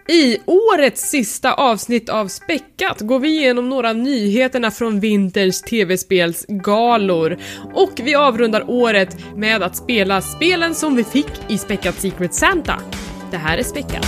I årets sista avsnitt av Späckat går vi igenom några nyheterna från vinters tv-spelsgalor och vi avrundar året med att spela spelen som vi fick i Späckat Secret Santa. Det här är Späckat.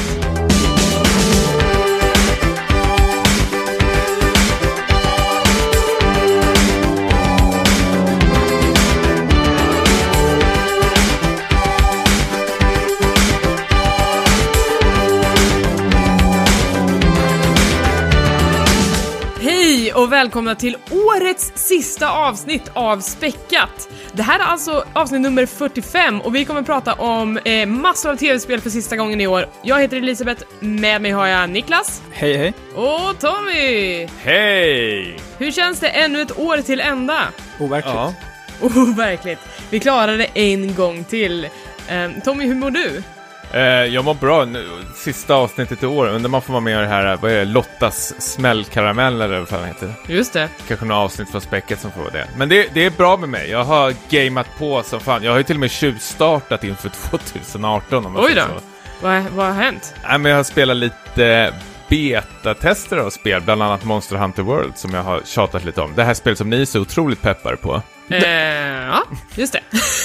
Och välkomna till årets sista avsnitt av Späckat. Det här är alltså avsnitt nummer 45 och vi kommer prata om massor av tv-spel för sista gången i år. Jag heter Elisabeth, med mig har jag Niklas. Hej hej. Och Tommy. Hej! Hur känns det ännu ett år till ända? Overkligt. Ja. Overkligt. Vi klarade det en gång till. Tommy, hur mår du? Jag mår bra nu, sista avsnittet i år. Undrar man får vara med i det här, vad är det? Lottas smällkaramell eller vad fan det heter. Just det. Kanske några avsnitt från Späcket som får det. Men det är bra med mig. Jag har gameat på som fan. Jag har ju till och med tjuvstartat inför 2018. Om Oj då. Vad har hänt? Nej, men jag har spelat lite beta-tester av spel. Bland annat Monster Hunter World som jag har tjatat lite om. Det här spelet som ni är så otroligt peppar på. Ja, just det.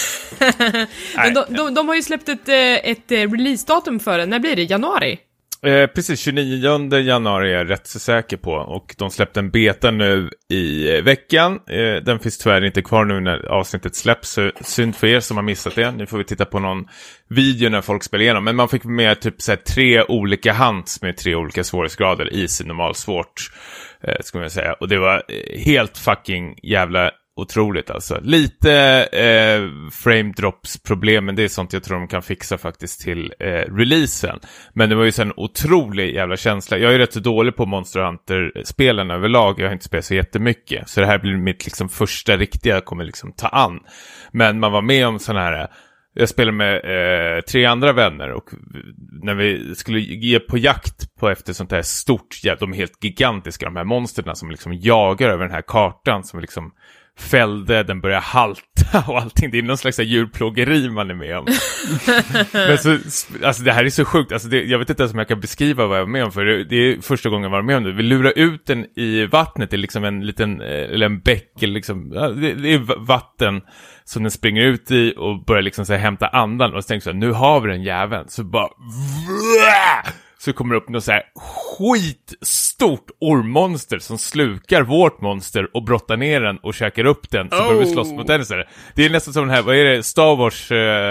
Men de har ju släppt ett release-datum för det. När blir det? Januari? Precis, 29 januari är jag rätt så säker på. Och de släppte en beta nu i veckan. Den finns tyvärr inte kvar nu när avsnittet släpps. Så synd för er som har missat det. Nu får vi titta på någon video när folk spelar igenom. Men man fick med typ så här 3 olika hunts med 3 olika svårighetsgrader. Easy, normal, svårt. Ska man säga. Och det var helt fucking jävla otroligt alltså. Lite frame drops problem, men det är sånt jag tror de kan fixa faktiskt till releasen. Men det var ju så en otrolig jävla känsla. Jag är rätt så dålig på Monster Hunter-spelen överlag. Jag har inte spelat så jättemycket. Så det här blir mitt liksom första riktiga jag kommer liksom ta an. Men man var med om sån här. Jag spelade med 3 andra vänner och när vi skulle ge på jakt på efter sånt här stort, de är helt gigantiska, de här monsterna som liksom jagar över den här kartan som liksom fällde, den börjar halta och allting. Det är någon slags djurplågeri man är med om. Men så, alltså det här är så sjukt. Alltså jag vet inte ens om jag kan beskriva vad jag var med om, för det är första gången jag var med om det. Vi lurar ut den i vattnet. Det är liksom en liten, eller en bäck, eller liksom, det är vatten som den springer ut i och börjar liksom så här hämta andan. Och så tänker jag så här, nu har vi den jäveln. Så bara så kommer det upp något så här skitstort ormmonster som slukar vårt monster och brottar ner den och käkar upp den. Så börjar vi slåss mot den. Det är nästan som den här, vad är det? Star Wars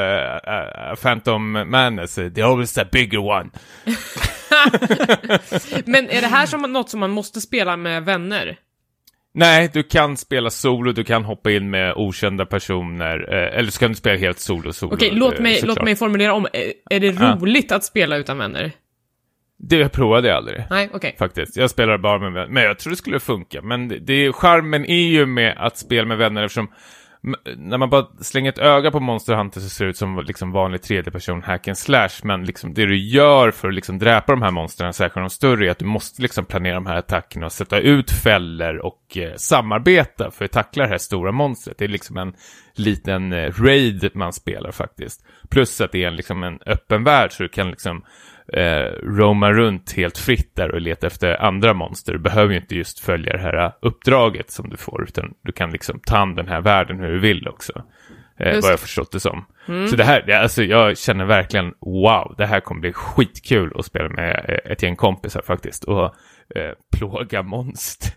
Phantom Menace. The always the bigger one. Men är det här som något som man måste spela med vänner? Nej, du kan spela solo, du kan hoppa in med okända personer, eller så kan du spela helt solo. Okej, låt mig formulera om. Är det roligt att spela utan vänner? Det provade jag aldrig. Nej, okej. Faktiskt. Jag spelar bara med vänner. Men jag tror det skulle funka. Men charmen är ju med att spela med vänner eftersom när man bara slänger ett öga på Monster Hunter så ser det ut som liksom vanlig 3D-person hack and slash. Men liksom det du gör för att liksom dräpa de här monstren, särskilt de större, är att du måste liksom planera de här attackerna och sätta ut fällor och samarbeta för att tackla det här stora monstret. Det är liksom en liten raid man spelar faktiskt. Plus att det är liksom en öppen värld så du kan liksom roama runt helt fritt där och leta efter andra monster. Du behöver ju inte just följa det här uppdraget som du får, utan du kan liksom ta an den här världen hur du vill också. Vad jag förstått det som. Så det här, alltså jag känner verkligen wow, det här kommer bli skitkul att spela med ett gäng kompisar faktiskt och plåga monster.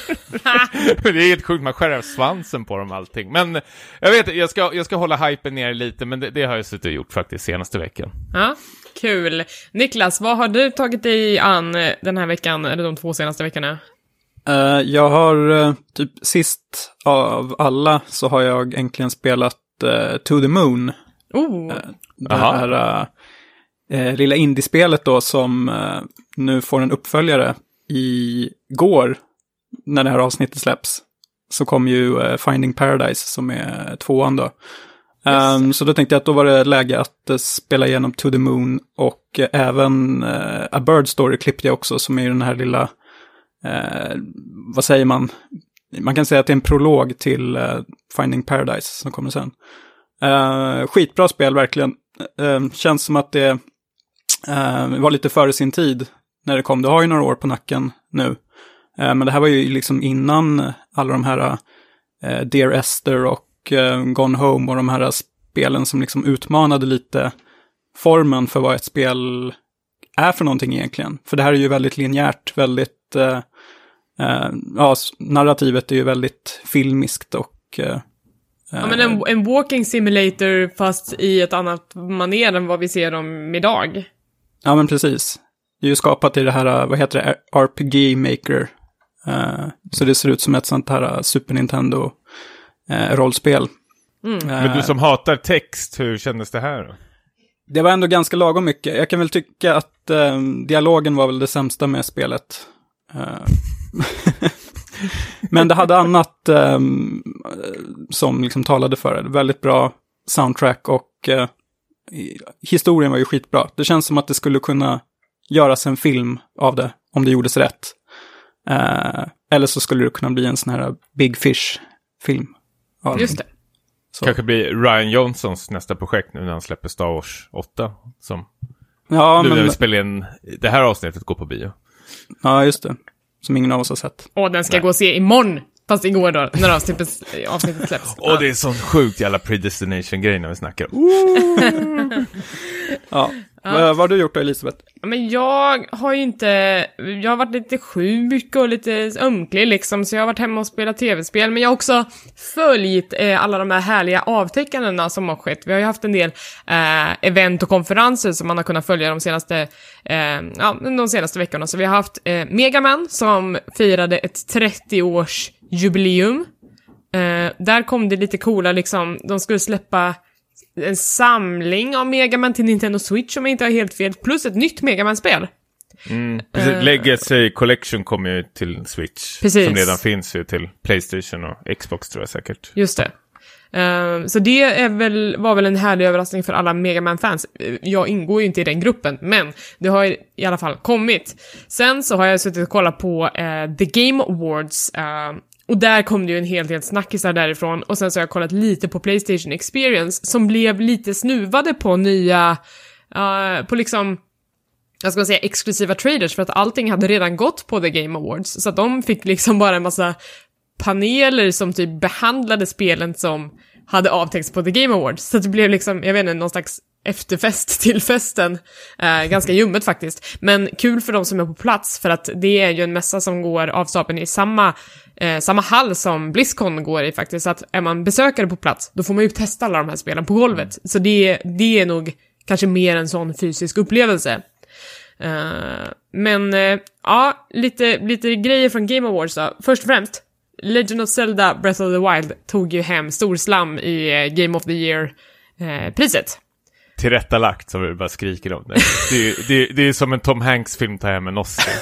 Det är helt sjukt, man skär av svansen på dem allting. Men jag vet, jag ska hålla hypen ner lite, men det har jag suttit och gjort faktiskt senaste veckan. Ja, kul. Niklas, vad har du tagit dig an den här veckan, eller de 2 senaste veckorna? Jag har typ sist av alla så har jag äntligen spelat To the Moon. Det här lilla indiespelet då som nu får en uppföljare igår när det här avsnittet släpps. Så kom ju Finding Paradise som är 2:an då. Så då tänkte jag att då var det läge att spela igenom To the Moon och även A Bird Story klippte jag också som är den här lilla vad säger man? Man kan säga att det är en prolog till Finding Paradise som kommer sen. Skitbra spel verkligen. Känns som att det var lite före sin tid. när det kom. Det har ju några år på nacken nu. Men det här var ju liksom innan alla de här Dear Esther och Gone Home och de här spelen som liksom utmanade lite formen för vad ett spel är för någonting egentligen. För det här är ju väldigt linjärt, väldigt narrativet är ju väldigt filmiskt och ja, men en walking simulator fast i ett annat manér än vad vi ser dem idag. Ja, men precis. Det är ju skapat i det här, vad heter det, RPG Maker. Så det ser ut som ett sånt här Super Nintendo rollspel. Men du som hatar text, hur kändes det här då? Det var ändå ganska lagom mycket. Jag kan väl tycka att dialogen var väl det sämsta med spelet. Men det hade annat som liksom talade för det. Väldigt bra soundtrack och historien var ju skitbra. Det känns som att det skulle kunna göras en film av det om det gjordes rätt. Eller så skulle det kunna bli en sån här Big Fish-film. Just det. Så. Kanske blir Ryan Johnsons nästa projekt nu när han släpper Star Wars 8. Som ja, nu men... när vi spelar in det här avsnittet går på bio. Ja, just det. Som ingen av oss har sett. Den ska gå och se imorgon. Fast igår då, när avsnittet släpps. Det är sån sjukt jävla predestination-grej när vi snackar. Ja. Vad har du gjort då, Elisabeth? Men jag har varit lite sjuk och lite ömklig liksom, så jag har varit hemma och spelat tv-spel, men jag har också följt alla de här härliga avtäckandena som har skett. Vi har ju haft en del event och konferenser som man har kunnat följa de senaste veckorna. Så vi har haft Mega Man som firade ett 30-års-jubileum. Där kom det lite coola liksom, de skulle släppa en samling av Mega Man till Nintendo Switch om jag inte har helt fel, plus ett nytt Mega Man-spel. Legacy Collection kommer ju till Switch. Precis. Som redan finns ju till PlayStation och Xbox tror jag säkert. Just det. Så det var väl en härlig överraskning för alla Mega Man-fans. Jag ingår ju inte i den gruppen, men det har i alla fall kommit. Sen så har jag suttit och kollat på The Game Awards. Och där kom det ju en hel del snackisar därifrån. Och sen så har jag kollat lite på PlayStation Experience som blev lite snuvade på nya, på liksom, jag ska säga exklusiva traders, för att allting hade redan gått på The Game Awards. Så att de fick liksom bara en massa paneler som typ behandlade spelen som hade avtäckts på The Game Awards. Så att det blev liksom, jag vet inte, någon slags efterfest till festen. Ganska ljummet faktiskt. Men kul för de som är på plats, för att det är ju en mässa som går av stapeln i samma hall som BlizzCon går i faktiskt. Så att är man besökare på plats, då får man ju testa alla de här spelen på golvet. Så det är nog kanske mer en sån fysisk upplevelse. Men lite grejer från Game Awards då. Först och främst, Legend of Zelda Breath of the Wild tog ju hem stor slam i Game of the Year-priset. Tillrättalagt, så vi bara skriker om det. Det är som en Tom Hanks-film tar hem en Oscar.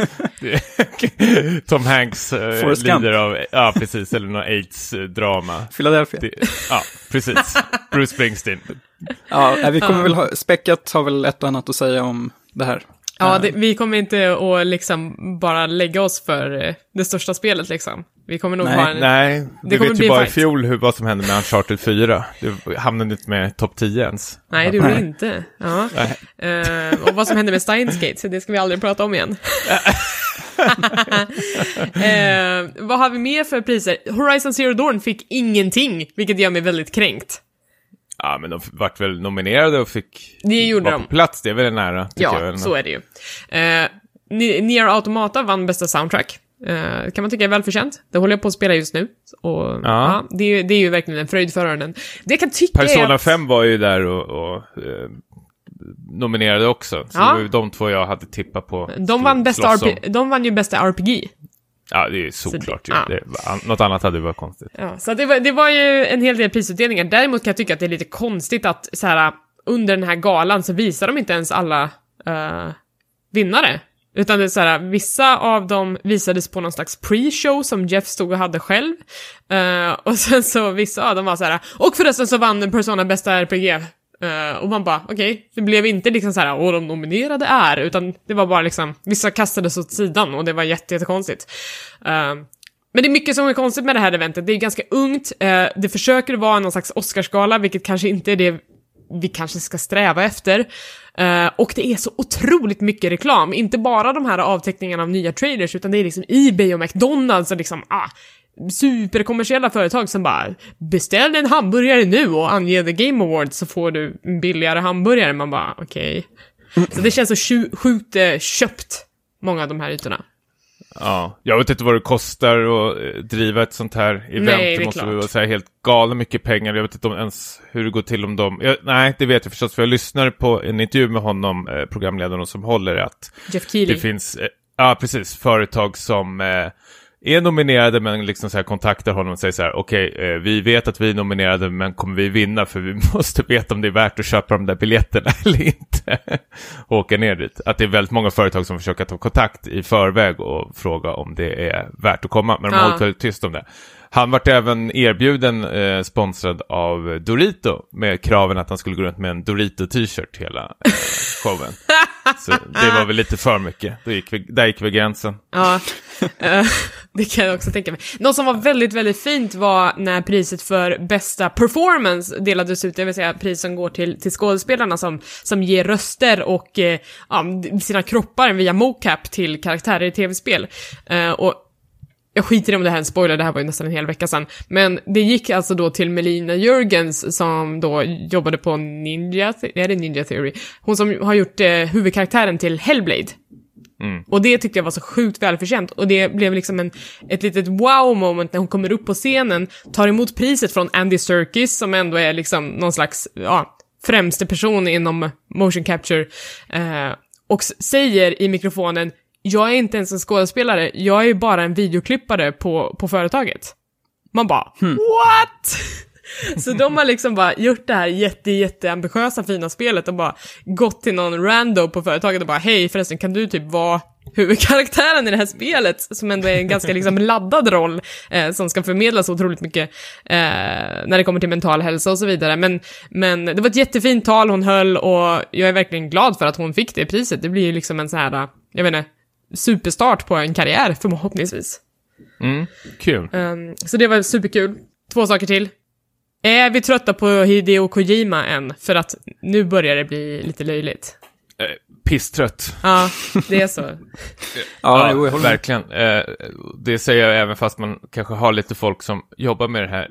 Tom Hanks lider av, ja precis, eller någon AIDS-drama. Philadelphia. Ja, precis. Bruce Springsteen. Ja, vi kommer väl Späckat har väl ett och annat att säga om det här. Ja, vi kommer inte att liksom bara lägga oss för det största spelet liksom. Vi kommer nog ha en... Nej, det vet ju bara i fjol vad som hände med Uncharted 4. Du hamnade inte med topp 10 ens. Nej, det gjorde inte. Ja. Och vad som hände med Steins Gate, så det ska vi aldrig prata om igen. Vad har vi mer för priser? Horizon Zero Dawn fick ingenting, vilket gör mig väldigt kränkt. Ja, men de vart väl nominerade och fick vara på plats. Det är väl nära, ja, jag. Så är det ju. Nier Automata vann bästa soundtrack. Kan man tycka är välförtjänt. Det håller jag på att spela just nu. Och det är ju verkligen en fröjd för den. Det kan tycka Persona 5 var ju där och nominerade också. Så det var ju de två jag hade tippat på. De vann ju bästa RPG. Ja, det är såklart. Något annat hade varit konstigt. Ja, så det var ju en hel del prisutdelningar. Däremot kan jag tycka att det är lite konstigt att så här, under den här galan så visar de inte ens alla vinnare. Utan det är så här, vissa av dem visades på någon slags pre-show som Jeff stod och hade själv. Och sen så vissa av dem var så här, och förresten så vann Persona bästa RPG. Och man bara, okej, det blev inte liksom så här, de nominerade är, utan det var bara liksom, vissa kastades åt sidan och det var jättekonstigt. Men det är mycket som är konstigt med det här eventet. Det är ganska ungt, det försöker vara någon slags Oscarsgala, vilket kanske inte är det vi kanske ska sträva efter. Och det är så otroligt mycket reklam. Inte bara de här avteckningarna av nya trailers, utan det är liksom eBay och McDonald's och liksom, superkommersiella företag som bara beställ en hamburgare nu och ange The Game Awards så får du en billigare hamburgare. Man bara, okej. Så det känns så sjukt köpt, många av de här ytorna. Ja, jag vet inte vad det kostar att driva ett sånt här event. Nej, det måste vara så här helt galet mycket pengar. Jag vet inte ens hur det går till om de... nej, det vet jag förstås, för jag lyssnar på en intervju med honom, programledaren som håller att... Jeff Keighley. Det finns, precis, företag som är nominerade men liksom så här kontaktar honom och säger så här: okej, vi vet att vi är nominerade men kommer vi vinna, för vi måste veta om det är värt att köpa de där biljetterna eller inte. Och åka ner dit. Att det är väldigt många företag som försöker ta kontakt i förväg och fråga om det är värt att komma, men de har hållit väldigt tyst om det. Han vart även erbjuden sponsrad av Dorito med kraven att han skulle gå runt med en Dorito-t-shirt hela showen. Så det var väl lite för mycket. Där gick vi gränsen. Ja, det kan jag också tänka mig. Något som var väldigt, väldigt fint var när priset för bästa performance delades ut. Det vill säga pris som går till skådespelarna som ger röster och sina kroppar via mocap till karaktärer i tv-spel. Och jag skiter i om det här är en spoiler, det här var ju nästan en hel vecka sedan. Men det gick alltså då till Melina Jurgens som då jobbade på Ninja Theory. Hon som har gjort huvudkaraktären till Hellblade. Och det tyckte jag var så sjukt välförtjänt. Och det blev liksom ett litet wow-moment när hon kommer upp på scenen, tar emot priset från Andy Serkis som ändå är liksom någon slags främste person inom motion capture. Och säger i mikrofonen: jag är inte ens en skådespelare, jag är bara en videoklippare på företaget. Man bara, what? Så de har liksom bara gjort det här jätteambitiösa fina spelet och bara gått till någon random på företaget och bara, hej förresten, kan du typ vara huvudkaraktären i det här spelet, som ändå är en ganska liksom laddad roll som ska förmedlas otroligt mycket när det kommer till mental hälsa och så vidare. Men det var ett jättefint tal hon höll och jag är verkligen glad för att hon fick det priset. Det blir ju liksom en så här, jag vet inte, superstart på en karriär förhoppningsvis. Kul. Så det var superkul. 2 saker till. Är vi trötta på Hideo Kojima än? För att nu börjar det bli lite löjligt. Pisstrött. Ja, det är så. Ja, verkligen. Det säger jag även fast man kanske har lite folk som jobbar med det här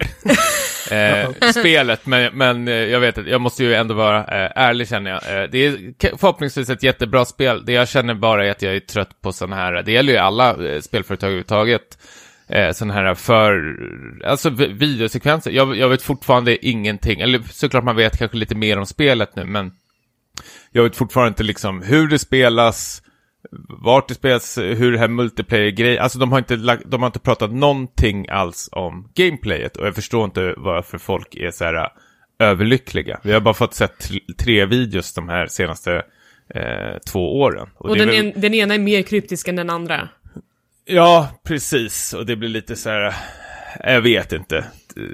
spelet. Men jag vet att jag måste ju ändå vara ärlig, känner jag. Det är förhoppningsvis ett jättebra spel. Det jag känner bara är att jag är trött på sådana här. Det gäller ju alla spelföretag överhuvudtaget. Sådana här videosekvenser. Jag vet fortfarande ingenting. Eller såklart man vet kanske lite mer om spelet nu, men jag vet fortfarande inte liksom hur det spelas, vart det spelas, hur det här multiplayer-grej. Alltså de har inte pratat någonting alls om gameplayet, och jag förstår inte varför folk är så här överlyckliga. Vi har bara fått sett 3 videos de här senaste 2 åren. Och den ena är mer kryptisk än den andra. Ja, precis. Och det blir lite så här, jag vet inte.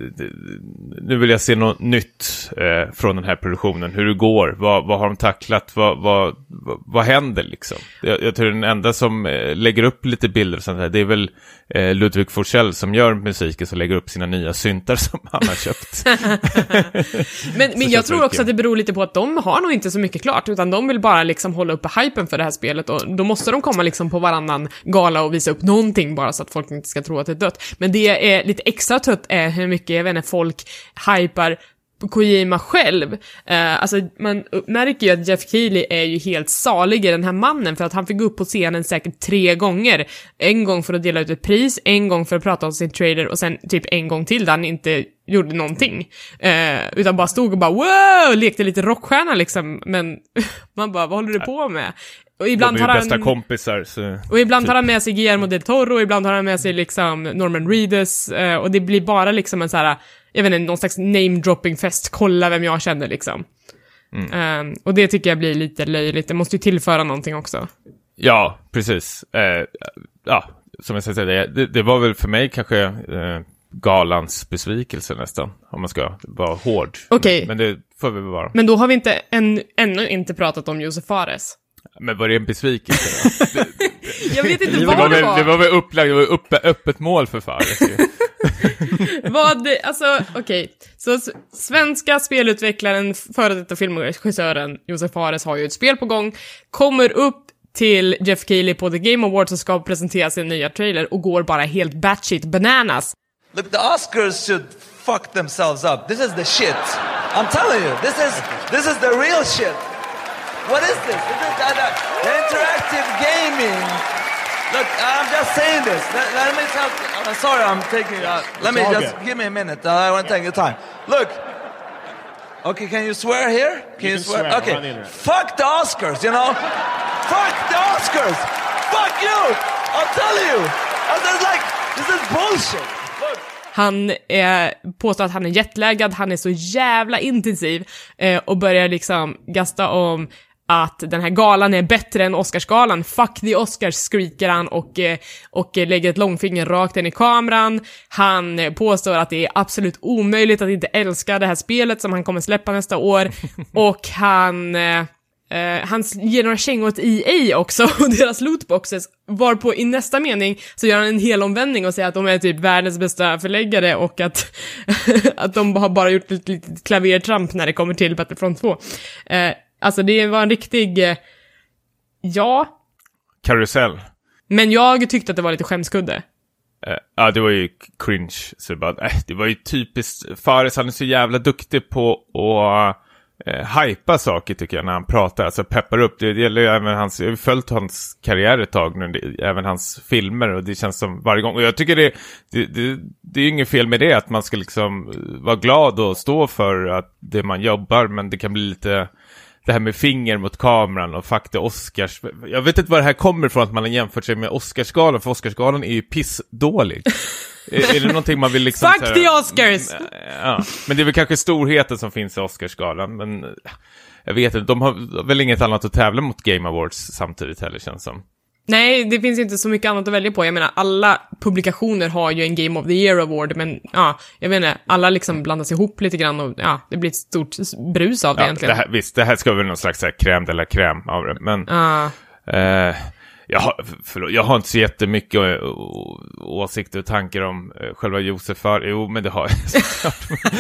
Nu vill jag se något nytt från den här produktionen. Hur det går, vad har de tacklat, vad händer liksom. Jag tror den enda som lägger upp lite bilder och sånt här, det är väl Ludvig Forsell som gör musiken, som lägger upp sina nya syntar som han har köpt. men jag tror också att det beror lite på att de har nog inte så mycket klart, utan de vill bara liksom hålla uppe hypen för det här spelet, och då måste de komma liksom på varannan gala och visa upp någonting bara så att folk inte ska tro att det är dött. Men det är lite extra trött är hur mycket, jag vet inte, folk hypar Kojima själv. Alltså man märker ju att Jeff Keighley är ju helt salig i den här mannen, för att han fick gå upp på scenen säkert 3 gånger. En gång för att dela ut ett pris, en gång för att prata om sin trailer, och sen typ en gång till där han inte gjorde någonting. Utan bara stod och bara wow, lekte lite rockstjärna liksom. Men man bara, vad håller du på med? Och ibland har han bästa kompisar, så och ibland har han med sig Guillermo del Toro, och ibland har han med sig liksom Norman Reedus, och det blir bara liksom en så här, jag vet inte, någon slags name-dropping-fest, kolla vem jag känner liksom. Och det tycker jag blir lite löjligt. Det måste ju tillföra någonting också. Ja, precis. Som jag säger, det var väl för mig kanske galans besvikelse nästan, om man ska vara hård. Okej. Men det får vi vara. Men då har vi inte ännu inte pratat om Josef Fares. Men var det en besvikelse då? Jag vet inte vad det var. Det var väl upplagt, det var öppet mål för Fares. Okej. Så svenska spelutvecklaren, före detta filmregissören Josef Fares har ju ett spel på gång, kommer upp till Jeff Keighley på The Game Awards och ska presentera sin nya trailer och går bara helt batshit bananas. Look, the Oscars should fuck themselves up. This is the shit. I'm telling you, this is the real shit. What is this? The interactive gaming. Look, I'm just saying this. Let me tell. Sorry, I'm taking. Let me just give me a minute. I want to take your time. Look. Okay, can you swear here? Can you swear? Okay. Fuck the Oscars, you know. Fuck the Oscars. Fuck you. I'll tell you. This is bullshit. Look. Han påstår att han är jetlaggad, han är så jävla intensiv och börjar liksom gasta om att den här galan är bättre än Oscarsgalan. Fuck the Oscars, skriker han och lägger ett långfinger rakt in i kameran. Han påstår att det är absolut omöjligt att inte älska det här spelet som han kommer släppa nästa år. Och han ger några kängor till EA också och deras lootboxes, varpå i nästa mening så gör han en hel omvändning och säger att de är typ världens bästa förläggare och att de har bara gjort ett litet klavertramp när det kommer till Battlefront 2. Alltså det var en riktig karusell. Men jag tyckte att det var lite skämskudde. Ja, det var ju cringe. Så det var ju typiskt Fares, han är så jävla duktig på att hypa saker tycker jag när han pratar, alltså peppar upp. Det gäller ju även jag har följt hans karriär ett tag nu, även hans filmer, och det känns som varje gång, och jag tycker det är ju inget fel med det, att man ska liksom vara glad och stå för att det man jobbar, men det kan bli lite det här med finger mot kameran och fakta Oscars. Jag vet inte var det här kommer ifrån att man har jämfört sig med Oscarsgalan, för Oscarsgalan är ju pissdålig. Är det någonting man vill liksom... Fuck the Oscars! Ja, men det är väl kanske storheten som finns i Oscarsgalan, men jag vet inte, de har väl inget annat att tävla mot Game Awards samtidigt heller, känns som. Nej, det finns inte så mycket annat att välja på. Jag menar, alla publikationer har ju en Game of the Year Award, men jag menar, alla liksom blandas ihop lite grann och det blir ett stort brus av det egentligen. Det här ska väl någon slags crème de la crème av det, men... Jag har inte så jättemycket åsikter och tankar om själva Josefar. Jo, men det har jag.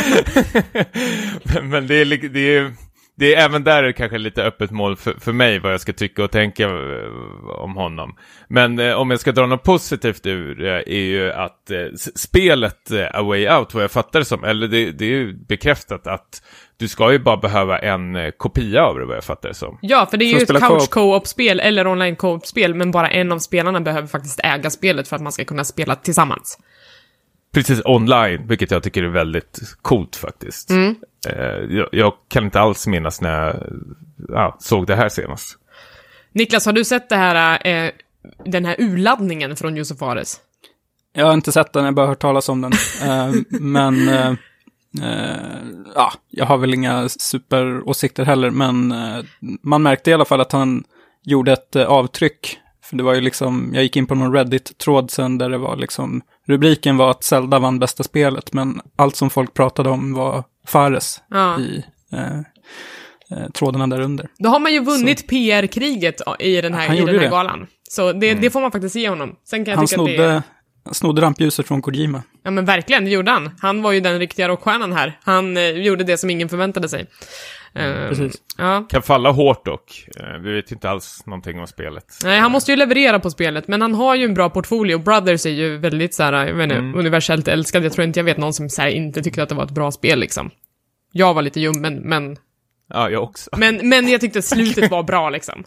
Men det är även där kanske lite öppet mål för mig vad jag ska tycka och tänka om honom. Men om jag ska dra något positivt ur är ju att spelet A Way Out, vad jag fattar det som, eller det är ju bekräftat att du ska ju bara behöva en kopia av det, vad jag fattar det som. Ja, för det är ju ett couch co-op-spel eller online co-op-spel, men bara en av spelarna behöver faktiskt äga spelet för att man ska kunna spela tillsammans. Precis, online, vilket jag tycker är väldigt coolt faktiskt. Jag kan inte alls minnas när jag såg det här senast. Niklas, har du sett det här, den här urladdningen från Josef Fares? Jag har inte sett den, jag har bara hört talas om den. Men jag har väl inga superåsikter heller, men man märkte i alla fall att han gjorde ett avtryck. För det var ju liksom, jag gick in på någon Reddit-tråd sen där det var liksom, rubriken var att Zelda vann bästa spelet, men allt som folk pratade om var Fares i trådarna där under. Då har man ju vunnit PR-kriget i den här galan. Så det får man faktiskt ge honom. Sen kan jag tycka att han snodde rampljuset från Kojima. Ja, men verkligen, det gjorde han. Han var ju den riktiga rockstjärnan här. Han gjorde det som ingen förväntade sig. Precis. Kan falla hårt dock. Vi vet inte alls någonting om spelet. Nej, han måste ju leverera på spelet, men han har ju en bra portfolio. Brothers är ju väldigt så här, jag vet inte, universellt älskad. Jag tror inte jag vet någon som så här, inte tyckte att det var ett bra spel liksom. Jag var lite ljummen, men ja, jag också. Men jag tyckte att slutet var bra liksom.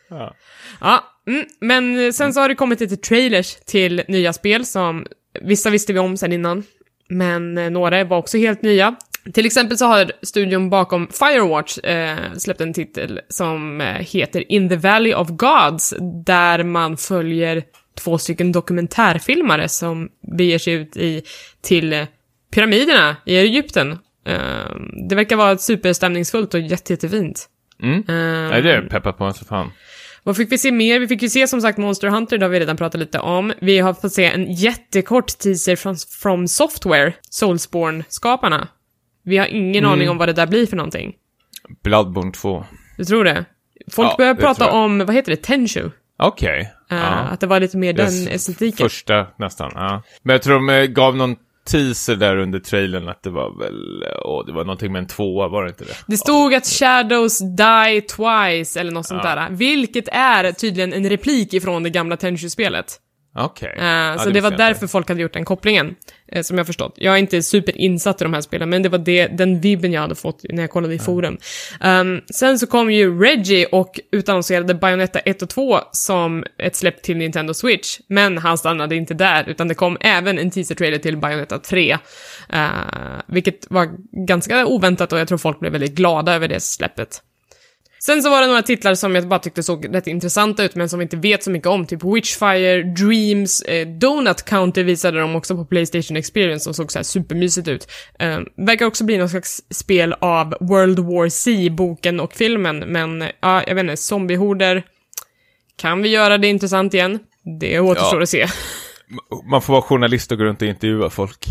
Men sen så har det kommit lite trailers till nya spel som vissa visste vi om sen innan, men några var också helt nya. Till exempel så har studion bakom Firewatch släppt en titel som heter In the Valley of Gods, där man följer 2 stycken dokumentärfilmare som beger sig ut till pyramiderna i Egypten. Det verkar vara superstämningsfullt och jättefint. Nej, det är peppat på en så fan. Vad fick vi se mer? Vi fick ju se som sagt Monster Hunter, det har vi redan pratat lite om. Vi har fått se en jättekort teaser från From Software, Soulsborne-skaparna. Vi har ingen aning om vad det där blir för någonting. Bloodborne 2. Du tror det? Folk börjar prata om, vad heter det, Tenchu. Okej. Att det var lite mer den estetiken. Första nästan, ja. Men jag tror de gav någon teaser där under trailern att det var väl, det var någonting med en 2, var det inte det? Det stod att Shadows die twice eller något sånt där, vilket är tydligen en replik ifrån det gamla Tenchu-spelet. Okej. Så det var därför folk hade gjort den kopplingen, som jag förstått. Jag är inte superinsatt i de här spelen, men det var den vibben jag hade fått när jag kollade i forum. Sen så kom ju Reggie och utannonserade Bayonetta 1 och 2 som ett släpp till Nintendo Switch. Men han stannade inte där, utan det kom även en teaser-trailer till Bayonetta 3. Vilket var ganska oväntat och jag tror folk blev väldigt glada över det släppet. Sen så var det några titlar som jag bara tyckte såg rätt intressanta ut, men som vi inte vet så mycket om. Typ Witchfire, Dreams, Donut County visade de också på PlayStation Experience som såg så här supermysigt ut. Verkar också bli någon slags spel av World War C, boken och filmen. Men ja, jag vet inte, zombiehorder. Kan vi göra det intressant igen? Det återstår att se. Man får vara journalist och gå runt och intervjua folk.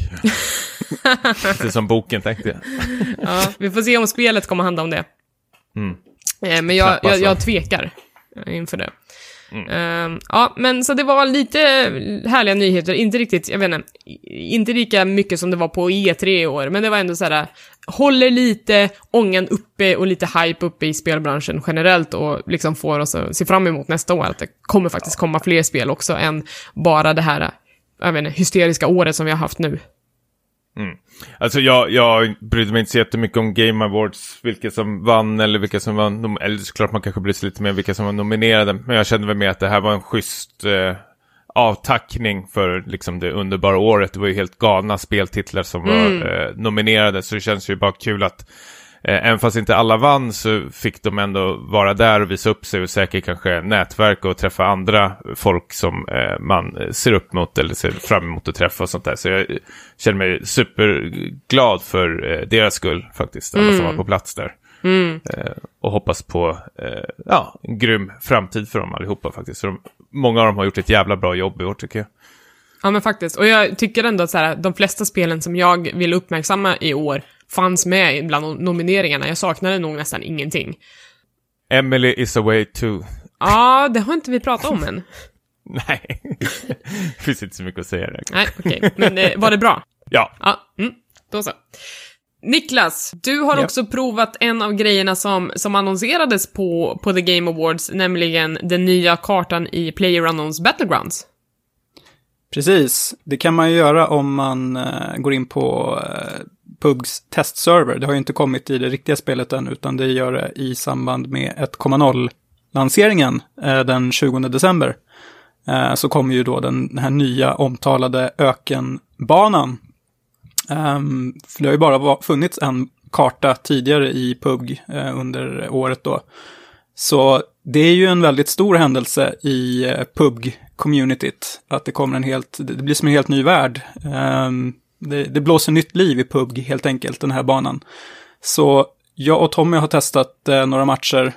Det är som boken, tänkte jag. Ja, vi får se om spelet kommer handla om det. Men jag tvekar inför det. Ja, men så det var lite härliga nyheter. Inte riktigt, jag vet inte lika mycket som det var på E3 i år. Men det var ändå så här, håller lite ångan uppe och lite hype uppe i spelbranschen generellt. Och liksom får oss att se fram emot nästa år. Att det kommer faktiskt komma fler spel också än bara det här, jag vet inte, hysteriska året som vi har haft nu. Alltså jag brydde mig inte så jättemycket om Game Awards, vilka som vann eller vilka som vann, eller såklart man kanske bryr sig lite mer vilka som var nominerade, men jag kände väl med att det här var en schysst avtackning för liksom det underbara året. Det var ju helt galna speltitlar som var nominerade, så det känns ju bara kul att även fast inte alla vann så fick de ändå vara där och visa upp sig och säkert kanske nätverk och träffa andra folk som man ser upp mot eller ser fram emot att träffa och sånt där. Så jag känner mig superglad för deras skull faktiskt, alla som var på plats där. Och hoppas på en grym framtid för dem allihopa faktiskt. Så många av dem har gjort ett jävla bra jobb i år, tycker jag. Ja, men faktiskt. Och jag tycker ändå att så här, de flesta spelen som jag vill uppmärksamma i år fanns med bland nomineringarna. Jag saknade nog nästan ingenting. Emily is away too. Ja, det har inte vi pratat om än. Nej, det finns inte så mycket att säga där. Nej, okej. Men var det bra? Ja. Då så. Niklas, du har också provat en av grejerna som annonserades på The Game Awards, nämligen den nya kartan i PlayerUnknown's Battlegrounds. Precis, det kan man ju göra om man går in på PUBGs testserver. Det har ju inte kommit i det riktiga spelet än, utan det gör det i samband med 1.0-lanseringen den 20 december. Så kommer ju då den här nya omtalade ökenbanan. För det har ju bara funnits en karta tidigare i PUBG under året då. Så det är ju en väldigt stor händelse i PUBG-communityt. Att det kommer det blir som en helt ny värld. Det blåser nytt liv i PUBG helt enkelt, den här banan. Så jag och Tommy har testat några matcher.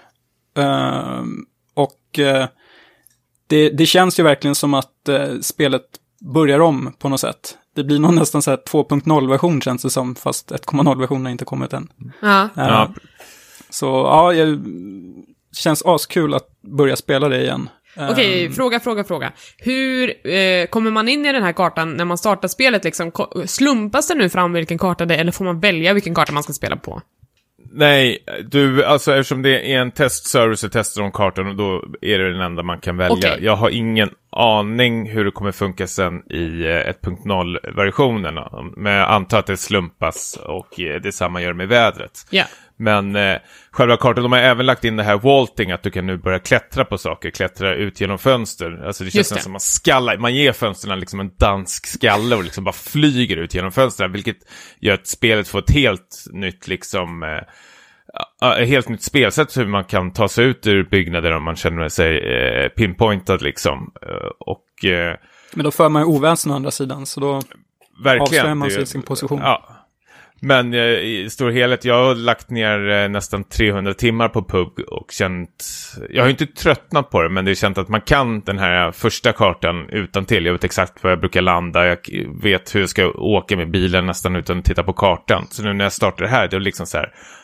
Och det känns ju verkligen som att spelet börjar om på något sätt. Det blir nog nästan så här 2.0-version känns det som, fast 1.0-versionen har inte kommit än. Så ja, det känns askul att börja spela det igen. Okej, fråga. Hur kommer man in i den här kartan när man startar spelet? Liksom, slumpas det nu fram vilken karta det är, eller får man välja vilken karta man ska spela på? Nej, alltså eftersom det är en testservice så testar de kartan och då är det den enda man kan välja. Okay. Jag har ingen aning hur det kommer funka sen i 1.0-versionerna. Men jag antar att det slumpas och detsamma gör med vädret. Yeah. Men själva kartan, de har även lagt in det här vaulting, att du kan nu börja klättra på saker, klättra ut genom fönster. Alltså det känns som man ger fönsterna liksom en dansk skalle och liksom bara flyger ut genom fönstren, vilket gör att spelet får ett helt nytt liksom helt nytt spelsätt hur man kan ta sig ut ur byggnader om man känner sig pinpointad liksom. Men då för man ju oväsen å andra sidan, så då avslöjar man sig sin position. Ja. Men i stor helhet, jag har lagt ner nästan 300 timmar på PUBG och jag har inte tröttnat på det, men det är känt att man kan den här första kartan utan till. Jag vet exakt var jag brukar landa, jag vet hur jag ska åka med bilen nästan utan att titta på kartan. Så nu när jag startar det här, det är liksom så här,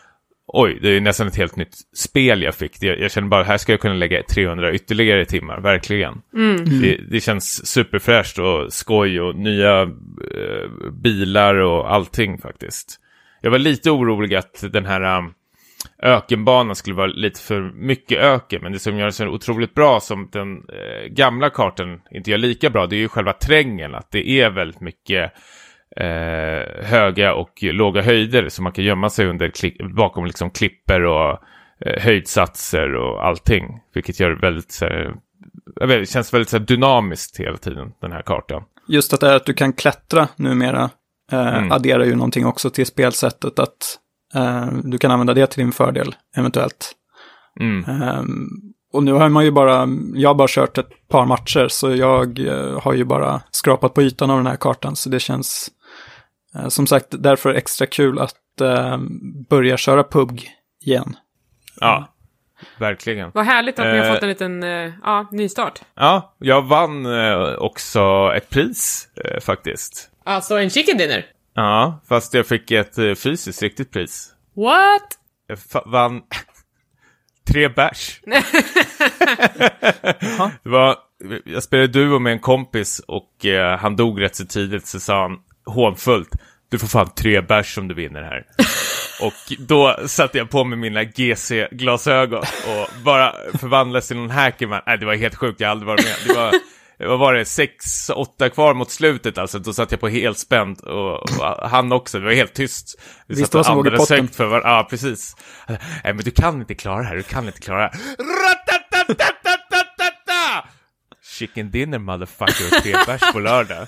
oj, det är nästan ett helt nytt spel jag fick. Jag känner bara, här ska jag kunna lägga 300 ytterligare timmar, verkligen. Det känns superfräscht och skoj och nya bilar och allting faktiskt. Jag var lite orolig att den här ökenbanan skulle vara lite för mycket öken, men det som gör det så otroligt bra som den gamla kartan inte gör lika bra, det är ju själva trängen, att det är väldigt mycket höga och låga höjder som man kan gömma sig under bakom liksom klipper och höjdsatser och allting, vilket gör väldigt det känns väldigt så dynamiskt hela tiden, den här kartan. Just att det är att du kan klättra numera adderar ju någonting också till spelsättet, att du kan använda det till din fördel eventuellt. Och nu har jag har bara kört ett par matcher, så jag har ju bara skrapat på ytan av den här kartan, så det känns som sagt därför extra kul att börja köra PUBG igen. Ja, verkligen. Vad härligt att ni har fått en liten nystart. Ja, jag vann också ett pris faktiskt. Alltså en chicken dinner? Ja, fast jag fick ett fysiskt riktigt pris. What? Jag vann 3 bärs. Jag spelade duo med en kompis och han dog rätt så tidigt, så sa han hånfullt: du får fan 3 bärs om du vinner här. Och då satte jag på mig mina GC-glasögon och bara förvandlades till någon hackerman. Nej, det var helt sjukt, jag har aldrig varit med. Det var 6-8 kvar mot slutet, alltså då satt jag på helt spänd och han också, det var helt tyst. Vi satt och andades högt för ja, precis. Nej, men du kan inte klara det här, Chicken dinner, motherfucker, och 3 bärs på lördag.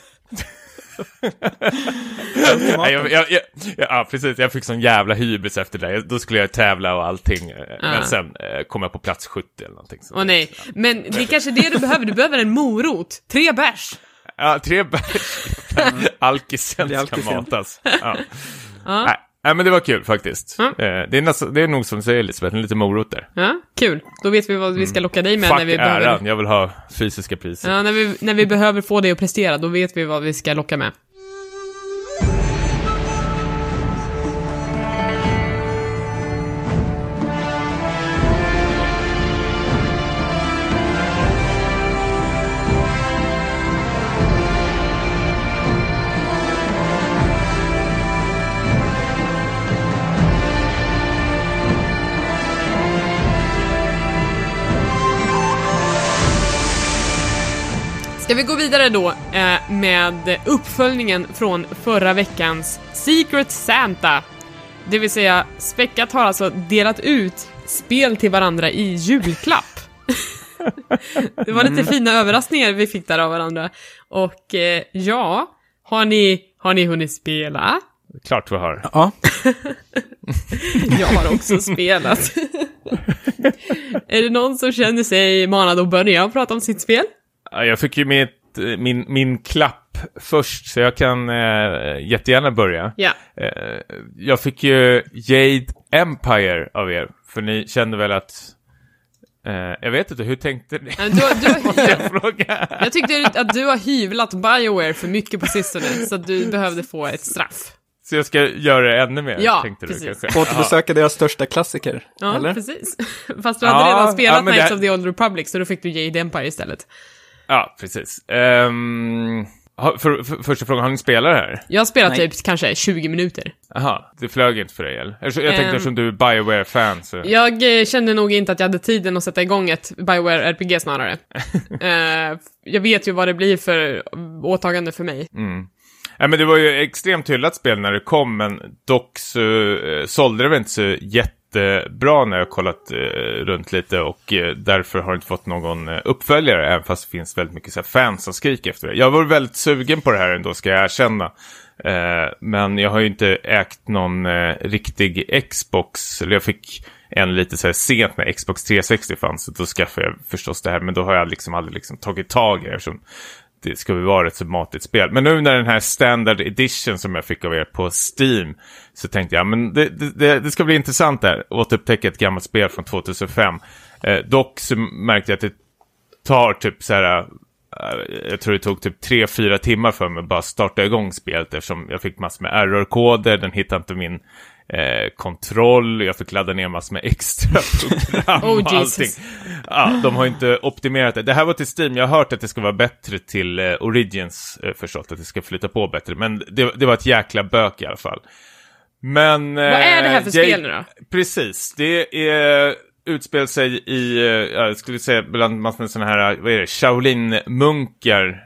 Ja, precis. Jag fick sån jävla hybris efter det. Då skulle jag tävla och allting. Men sen kom jag på plats 70 eller någonting. Åh nej, men det är kanske det du behöver. Du behöver en morot. 3 bärs. Ja, 3 bärs. Alkisen ska matas. Ja. Nej, men det var kul faktiskt. Det är nog som du säger, Elisabeth, en liten morot där. Ja, kul. Då vet vi vad vi ska locka dig med när vi behöver. Jag vill ha fysiska priser. Ja, när vi behöver få dig att prestera, då vet vi vad vi ska locka med. Ska vi gå vidare då med uppföljningen från förra veckans Secret Santa. Det vill säga, Späckat har alltså delat ut spel till varandra i julklapp. Det var lite fina överraskningar vi fick där av varandra. Och har ni hunnit spela? Klart vi har. Ja. Jag har också spelat. Är det någon som känner sig manad att börja prata om sitt spel? Jag fick ju med min klapp först, så jag kan jättegärna börja. Ja. Jag fick ju Jade Empire av er, för ni kände väl att jag vet inte, hur tänkte ni? Jag tyckte att du har hyvlat BioWare för mycket på sistone, så att du behövde få ett straff. Så jag ska göra det ännu mer, tänkte precis. Du kanske? Återbesöka deras största klassiker, ja, eller? Precis. Fast du hade redan spelat Knights of the Old Republic, så då fick du Jade Empire istället. Ja, precis. Första frågan, har ni spelat här? Jag har spelat typ kanske 20 minuter. Aha, det flög inte för dig, eller? Jag tänkte eftersom du är BioWare-fan så... Jag kände nog inte att jag hade tiden att sätta igång ett BioWare-RPG snarare. Jag vet ju vad det blir för åtagande för mig. Ja, men det var ju extremt hyllat spel när det kom, men dock så sålde det väl inte så jättebra när jag kollat runt lite, och därför har det inte fått någon uppföljare, även fast det finns väldigt mycket så här fans som skriker efter det. Jag var väldigt sugen på det här ändå, ska jag erkänna. Men jag har ju inte ägt någon riktig Xbox, eller jag fick en lite så här sent när Xbox 360 fanns, så då skaffade jag förstås det här, men då har jag liksom aldrig tagit tag i det, eftersom det ska väl vara ett submatigt spel. Men nu när den här standard edition som jag fick av er på Steam, så tänkte jag, men det ska bli intressant där att upptäcka ett gammalt spel från 2005. Dock så märkte jag att det tar typ så här, jag tror det tog typ 3-4 timmar för mig att bara starta igång spelet, eftersom jag fick massor med errorkoder, den hittade inte min kontroll, jag fick ladda ner massor med extra program och allting. Ja, de har inte optimerat det. Det här var till Steam, jag har hört att det ska vara bättre till Origins, förstått att det ska flytta på bättre, men det var ett jäkla bök i alla fall. Men vad är det här för spel nu då? Precis, det är utspelar sig i, jag skulle säga bland massor med sådana här, vad är det, Shaolin-munkar,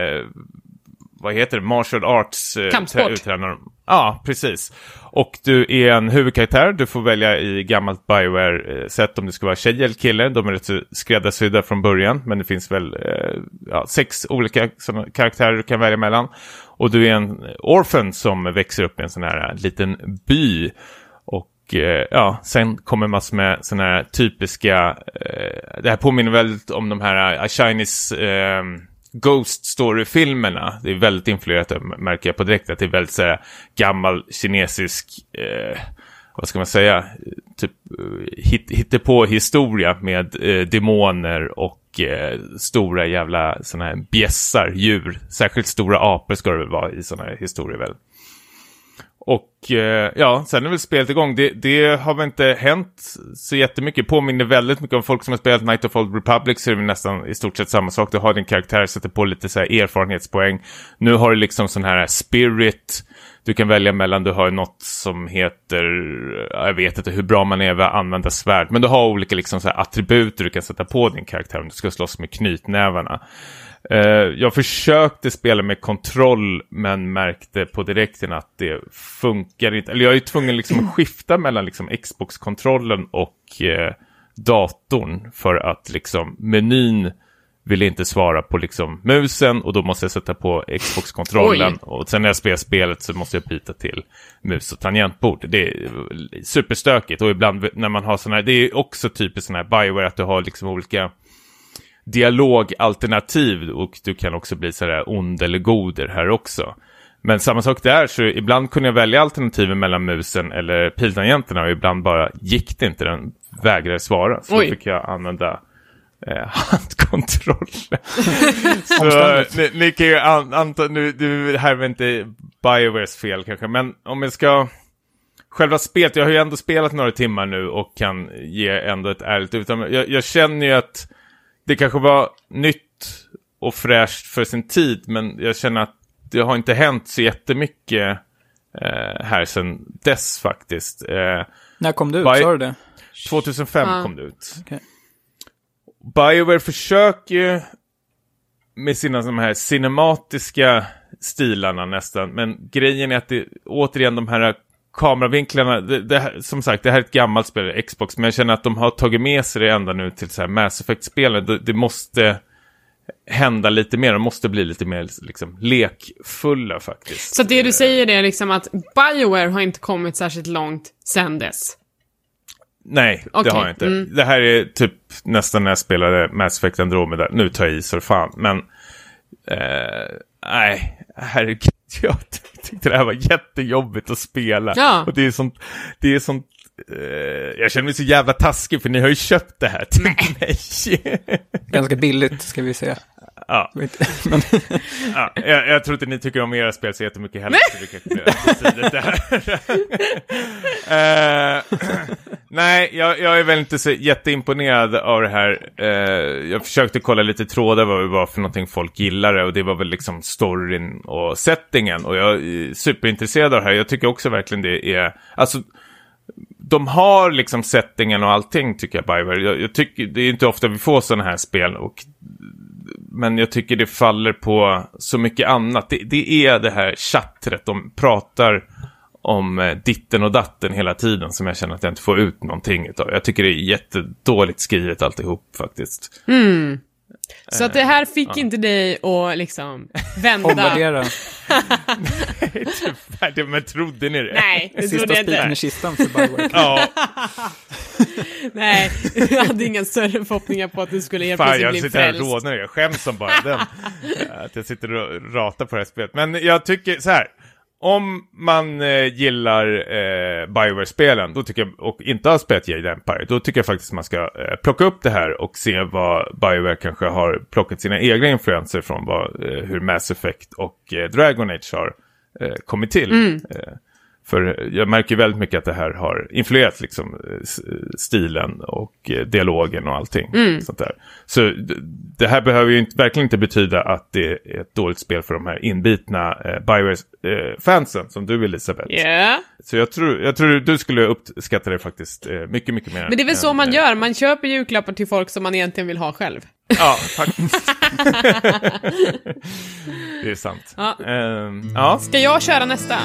vad heter det, martial arts uttränare. Ja, precis. Och du är en huvudkaraktär, du får välja i gammalt BioWare-sätt om du ska vara tjej eller kille. De är rätt skräddarsydda från början, men det finns väl 6 olika såna karaktärer du kan välja mellan. Och du är en orphan som växer upp i en sån här liten by. Och sen kommer massor med såna här typiska, det här påminner väldigt om de här Chinese Ghost Story-filmerna. Det är väldigt influerat, märker jag på direkt, att det är väldigt så här gammal kinesisk, vad ska man säga, typ hittepå historia med demoner och stora jävla såna här bjässar, djur. Särskilt stora apor ska det väl vara i såna här historier väl. Och sen är väl spelet igång. Det har väl inte hänt så jättemycket. Påminner väldigt mycket om folk som har spelat Knights of the Old Republic, så är det nästan i stort sett samma sak. Du har din karaktär, sätter på lite så här erfarenhetspoäng. Nu har du liksom sån här spirit. Du kan välja mellan, du har något som heter, jag vet inte hur bra man är att använda svärd, men du har olika liksom så här attributer du kan sätta på din karaktär om du ska slåss med knytnävarna. Jag försökte spela med kontroll, men märkte på direkten att det funkar inte. Eller jag är ju tvungen liksom att skifta mellan liksom Xbox-kontrollen och datorn, för att liksom menyn vill inte svara på liksom musen, och då måste jag sätta på Xbox-kontrollen. Och sen när jag spelar spelet så måste jag byta till mus och tangentbord. Det är superstökigt, och ibland när man har såna här, det är också typiskt sån här BioWare att du har liksom olika dialogalternativ, och du kan också bli sådär ond eller goder här också. Men samma sak där, så ibland kunde jag välja alternativen mellan musen eller piltangenterna, och ibland bara gick det inte, den vägrade svara. Så då fick jag använda handkontrollen. Så ni kan ju anta, nu det här är inte BioWares fel kanske, men om jag ska själva spelet, jag har ju ändå spelat några timmar nu och kan ge ändå ett ärligt uttalande. Jag känner ju att det kanske var nytt och fräscht för sin tid, men jag känner att det har inte hänt så jättemycket här sedan dess faktiskt. När kom det ut, sa du det? 2005 kom det ut. Okay. BioWare försöker ju med sina de här cinematiska stilarna nästan, men grejen är att det återigen de här kameravinklarna, det här, som sagt, det här är ett gammalt spel, Xbox, men jag känner att de har tagit med sig det ända nu till så här Mass Effect-spelen. Det måste hända lite mer, de måste bli lite mer liksom lekfulla faktiskt. Så det du säger är liksom att BioWare har inte kommit särskilt långt sedan dess? Nej, det har jag inte. Det här är typ nästan när jag spelade Mass Effect Andromeda. Nu tar jag i så fan, men nej, herregud, jag tyckte det här var jättejobbigt att spela. Ja. Och det är sånt jag känner mig så jävla taskig, för ni har ju köpt det här till mig. Ganska billigt, ska vi säga. Ja. Men ja, jag tror inte ni tycker om era spel så jättemycket heller. Nej, jag är väl inte så jätteimponerad av det här. Jag försökte kolla lite trådar vad det var för någonting folk gillade, och det var väl liksom storyn och settingen, och jag är superintresserad av det här. Jag tycker också verkligen det är, alltså de har liksom settingen och allting, tycker jag, BioWare. Jag tycker det är inte ofta vi får sådana här spel, men jag tycker det faller på så mycket annat. Det är det här chattret, de pratar om ditten och datten hela tiden, som jag känner att jag inte får ut någonting utav. Jag tycker det är jättedåligt skrivet alltihop faktiskt. Så att det här fick inte dig att liksom vända. Omvärdera. Nej, tyvärr, men trodde ni det? Nej, det sista spiken i kistan för BioWare. Ja. Nej, jag hade inga större förhoppningar på att du skulle helt plötsligt bli frälst. Jag sitter här och rådnar, jag skäms som bara den. Att jag sitter och ratar på det här spelet. Men jag tycker så här. Om man gillar BioWare-spelen, då tycker jag, och inte har spelat Jade Empire, då tycker jag faktiskt man ska plocka upp det här och se vad BioWare kanske har plockat sina egna influenser från, hur Mass Effect och Dragon Age har kommit till. För jag märker väldigt mycket att det här har influerat liksom stilen och dialogen och allting. Sånt där. Så det här behöver ju verkligen inte betyda att det är ett dåligt spel för de här inbitna BioWare-fansen som du, Elisabeth. Yeah. Så jag tror du skulle uppskatta det faktiskt mycket, mycket mer. Men det är väl så man gör, man köper julklappar till folk som man egentligen vill ha själv. Ja, faktiskt. Det är sant. Ja. Ja. Ska jag köra nästa?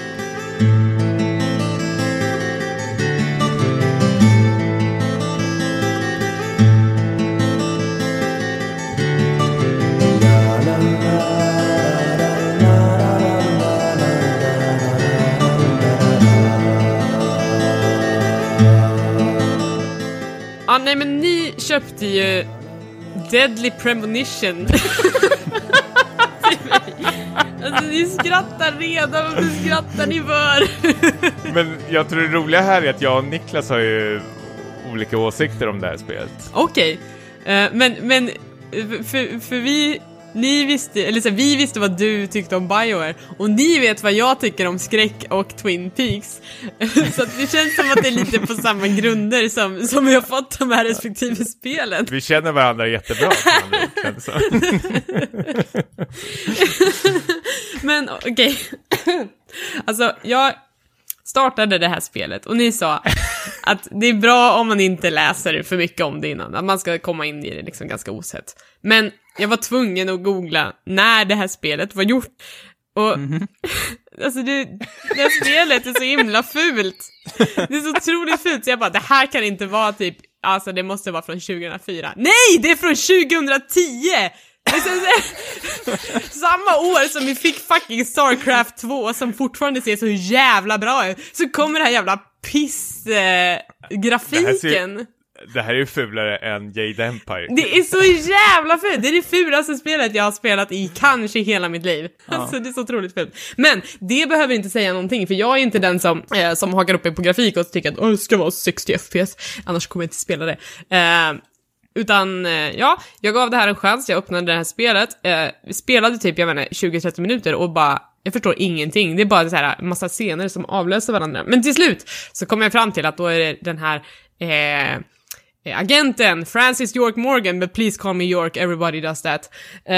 Nej, men ni köpte ju Deadly Premonition. Alltså, ni skrattar redan och ni skrattar ni för. Men jag tror det roliga här är att jag och Niklas har ju olika åsikter om det här spelet. Okej. Men för ni visste, eller så här, vi visste vad du tyckte om BioWare och ni vet vad jag tycker om skräck och Twin Peaks. Så att det känns som att det är lite på samma grunder som vi har fått de här respektive spelen. Vi känner varandra jättebra. Men okej. Alltså, jag startade det här spelet och ni sa att det är bra om man inte läser för mycket om det innan. Att man ska komma in i det liksom ganska osett. Men jag var tvungen att googla när det här spelet var gjort. Och alltså det här spelet är så himla fult. Det är så otroligt fult. Så jag bara, det här kan inte vara typ, alltså det måste vara från 2004. Nej, det är från 2010! Samma år som vi fick fucking StarCraft 2 som fortfarande ser så jävla bra ut, så kommer det här jävla grafiken. Det här är ju fulare än Jade Empire. Det är så jävla fult. Det är det fulaste spelet jag har spelat i kanske hela mitt liv. Ja. Alltså det är så otroligt fult. Men det behöver inte säga någonting, för jag är inte den som hakar upp mig på grafik och tycker att det ska vara 60 FPS. Annars kommer jag inte spela det. Utan, ja, jag gav det här en chans. Jag öppnade det här spelet. Vi spelade typ, 20-30 minuter och bara, jag förstår ingenting. Det är bara så här massa scener som avlöser varandra. Men till slut så kom jag fram till att då är det den här agenten Francis York Morgan, but please call me York, everybody does that.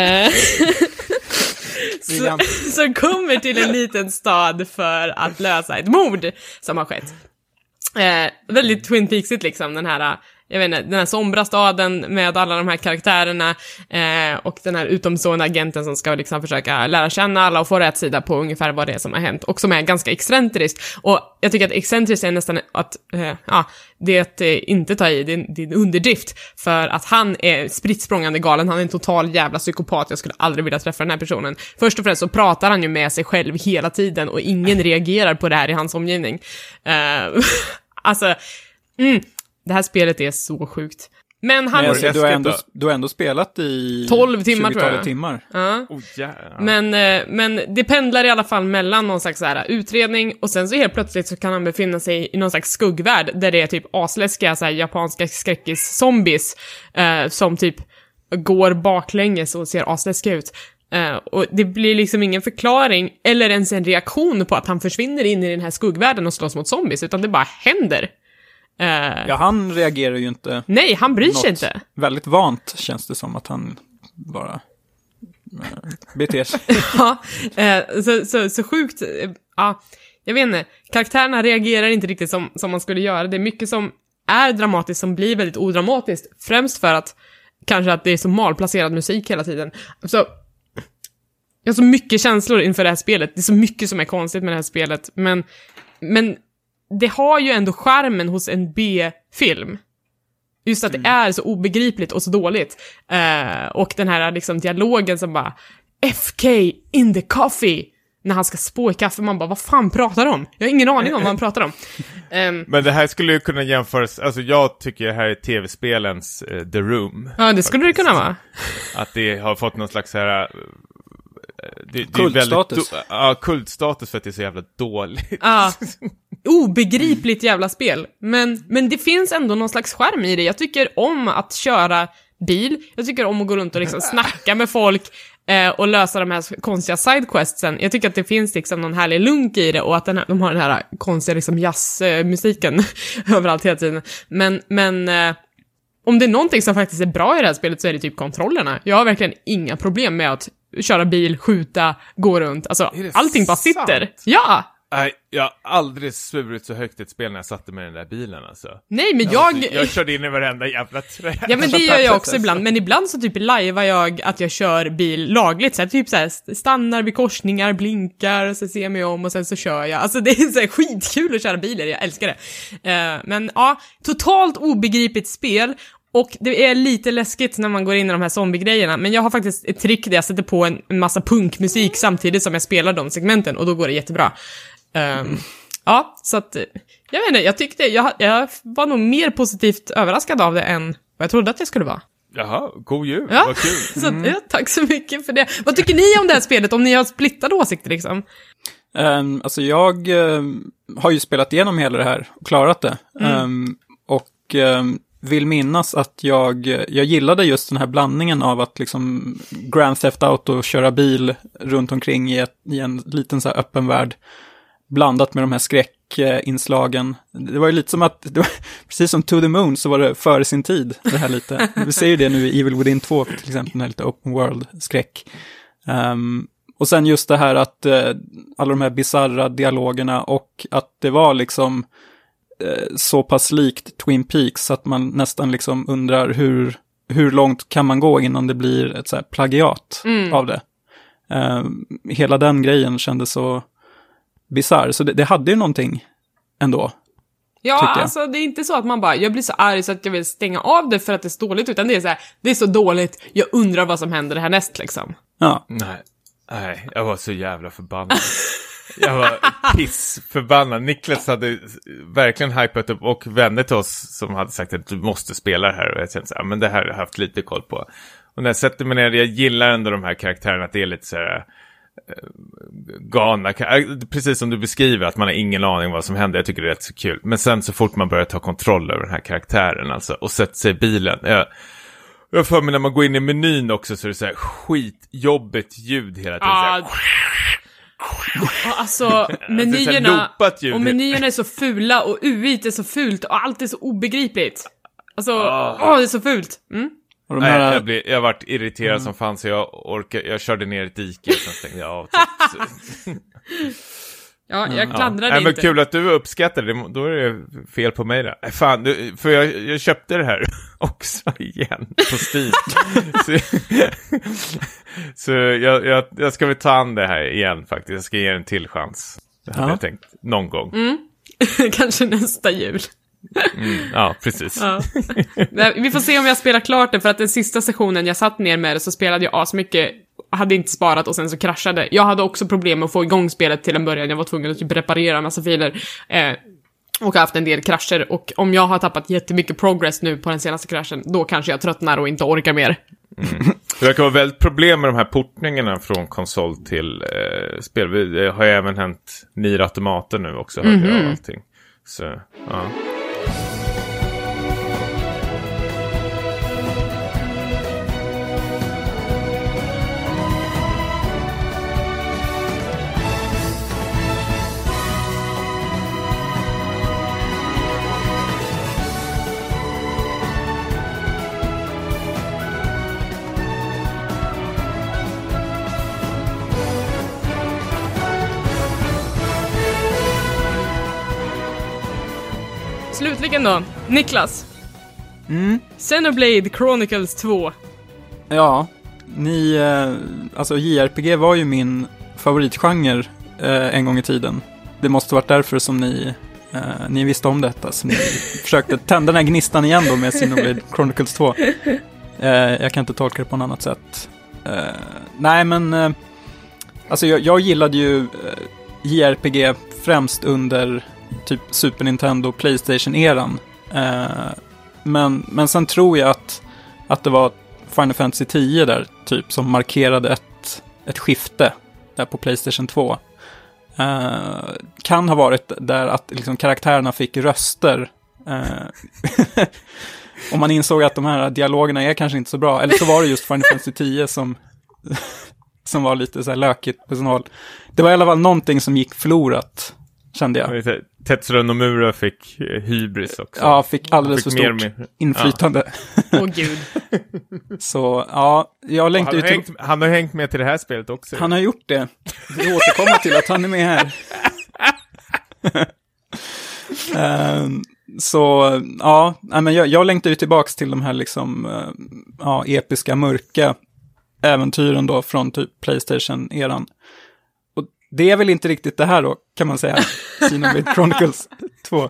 Så kommer till en liten stad för att lösa ett mord som har skett. Väldigt Twin Peaksigt liksom, den här sombra staden med alla de här karaktärerna och den här utomstående agenten som ska liksom försöka lära känna alla och få rätt sida på ungefär vad det är som har hänt, och som är ganska excentriskt. Och jag tycker att excentriskt är nästan att det inte ta i, det är en underdrift, för att han är spritt språngande galen, han är en total jävla psykopat. Jag skulle aldrig vilja träffa den här personen. Först och främst så pratar han ju med sig själv hela tiden och ingen reagerar på det här i hans omgivning. Alltså det här spelet är så sjukt. Men han du har ändå spelat i 12 timmar tror jag. Timmar. Ja. Men det pendlar i alla fall mellan någon slags så här utredning, och sen så helt plötsligt så kan han befinna sig i någon slags skuggvärld där det är typ asläskiga så här japanska skräckis-zombies som typ går baklänges och ser asläskiga ut. Och det blir liksom ingen förklaring eller ens en reaktion på att han försvinner in i den här skuggvärlden och slåss mot zombies, utan det bara händer. Ja, han reagerar ju inte. Nej, han bryr sig inte. Väldigt vant känns det som att han bara beter sig. Ja, så sjukt. Ja, jag vet inte. Karaktärerna reagerar inte riktigt som man skulle göra. Det är mycket som är dramatiskt som blir väldigt odramatiskt. Främst för att kanske att det är så malplacerad musik hela tiden. Så jag har så mycket känslor inför det här spelet. Det är så mycket som är konstigt med det här spelet. Men det har ju ändå charmen hos en B-film. Just att det är så obegripligt och så dåligt. Och den här liksom dialogen som bara FK in the coffee. När han ska spå i kaffe, man bara, vad fan pratar de? Jag har ingen aning om vad han pratar om. Men det här skulle ju kunna jämföras, alltså jag tycker det här är tv-spelens The Room. Ja, det skulle det kunna vara. Att det har fått någon slags här... kultstatus. Kultstatus för att det är så jävla dåligt. Ja, obegripligt jävla spel. Men det finns ändå någon slags charm i det. Jag tycker om att köra bil. Jag tycker om att gå runt och liksom snacka med folk. och lösa de här konstiga sidequestsen. Jag tycker att det finns liksom någon härlig lunk i det och att de har den här konstiga liksom jazzmusiken överallt hela tiden. Men om det är någonting som faktiskt är bra i det här spelet så är det typ kontrollerna. Jag har verkligen inga problem med att köra bil, skjuta, gå runt. Alltså, allting bara sitter. Sant? Ja! Nej, jag har aldrig svurit så högt ett spel när jag satte mig i den där bilen alltså. Nej, men jag körde in i varenda jävla träd. Ja, men det gör jag också ibland. Men ibland så typ livear jag att jag kör bil lagligt. Så här, typ så här, stannar vid korsningar, blinkar, och så ser jag mig om och sen så kör jag. Alltså det är så här skitkul att köra bilar, jag älskar det. Men ja, totalt obegripligt spel. Och det är lite läskigt när man går in i de här zombie-grejerna. Men jag har faktiskt ett trick där jag sätter på en massa punkmusik samtidigt som jag spelar de segmenten. Och då går det jättebra. Ja, så att jag vet inte, jag tyckte jag var nog mer positivt överraskad av det än vad jag trodde att jag skulle vara. Jaha, god jul, ja. Vad kul. Så ja, tack så mycket för det. Vad tycker ni om det här spelet, om ni har splittade åsikter liksom? Alltså jag har ju spelat igenom hela det här och klarat det. Och vill minnas att jag gillade just den här blandningen av att liksom Grand Theft Auto köra bil runt omkring i en liten så här öppen värld blandat med de här skräckinslagen. Det var ju lite som att, precis som To the Moon så var det före sin tid, det här lite. Vi ser ju det nu i Evil Within 2 till exempel, den här lite open world-skräck. Och sen just det här att alla de här bizarra dialogerna och att det var liksom så pass likt Twin Peaks att man nästan liksom undrar hur långt kan man gå innan det blir ett så här plagiat av det. Hela den grejen kändes så bizarr, så det hade ju någonting ändå. Ja, alltså det är inte så att man bara, jag blir så arg så att jag vill stänga av det för att det är så dåligt, utan det är så här, det är så dåligt, jag undrar vad som händer härnäst liksom. Ja. Nej, jag var så jävla förbannad. Jag var pissförbannad. Niklas hade verkligen hypat upp och vänner till oss som hade sagt att du måste spela det här. Och jag kände så här, men det här har jag haft lite koll på. Och när jag sätter mig ner, jag gillar ändå de här karaktärerna, att det är lite så här galna, precis som du beskriver, att man har ingen aning vad som händer. Jag tycker det är rätt så kul. Men sen så fort man börjar ta kontroll över den här karaktären alltså, och sätter sig i bilen, jag för mig när man går in i menyn också, så är det så här skitjobbigt ljud hela tiden. Alltså menyerna och menyerna är så fula och UI:t är så fult och allt är så obegripligt. Alltså, det är så fult. Och här... Jag har varit irriterad som fan, så jag körde ner ett dike och sen stängde jag av. Ja, jag klandrar det inte. Men inte. kul att du uppskattar det, då är det fel på mig där. Fan, för jag köpte det här också igen på Steam. så jag ska väl ta an det här igen faktiskt. Jag ska ge en till chans. Det hade jag tänkt någon gång. Kanske nästa jul. Ja, precis. Ja. Vi får se om jag spelar klart det, för att den sista sessionen jag satt ner med det så spelade jag asmycket, hade inte sparat och sen så kraschade. Jag hade också problem med att få igång spelet till en början. Jag var tvungen att typ reparera en massa filer och har haft en del krascher. Och om jag har tappat jättemycket progress nu på den senaste kraschen, då kanske jag tröttnar och inte orkar mer. Det verkar vara väldigt problem med de här portningarna från konsol till spel. Det har ju även hänt Nier Automata nu också, hörde jag allting. Så, ja. Slutligen då, Niklas. Xenoblade Chronicles 2. Ja, alltså JRPG var ju min favoritgenre en gång i tiden. Det måste varit därför som ni visste om detta, så ni försökte tända den här gnistan igen då med Xenoblade Chronicles 2. Jag kan inte tolka det på något annat sätt. Nej, men alltså jag gillade ju JRPG främst under typ Super Nintendo och PlayStation-eran. Men sen tror jag att det var Final Fantasy 10 där typ som markerade ett skifte där på PlayStation 2. Kan ha varit där att liksom karaktärerna fick röster. Och man insåg att de här dialogerna är kanske inte så bra. Eller så var det just Final Fantasy 10 som var lite så här lökigt på sin håll. Det var i alla fall någonting som gick förlorat, kände jag. Tetsuya Nomura fick hybris också. Ja, fick alldeles för stort inflytande. Åh gud. Så, ja, jag längtar ju till... Han har hängt med till det här spelet också. Han har gjort det. Vi återkommer till att han är med här. Så, ja, men jag längtar ju tillbaks till de här liksom, episka, mörka äventyren då från typ PlayStation-eran. Och det är väl inte riktigt det här då, kan man säga. Xenoblade Chronicles 2.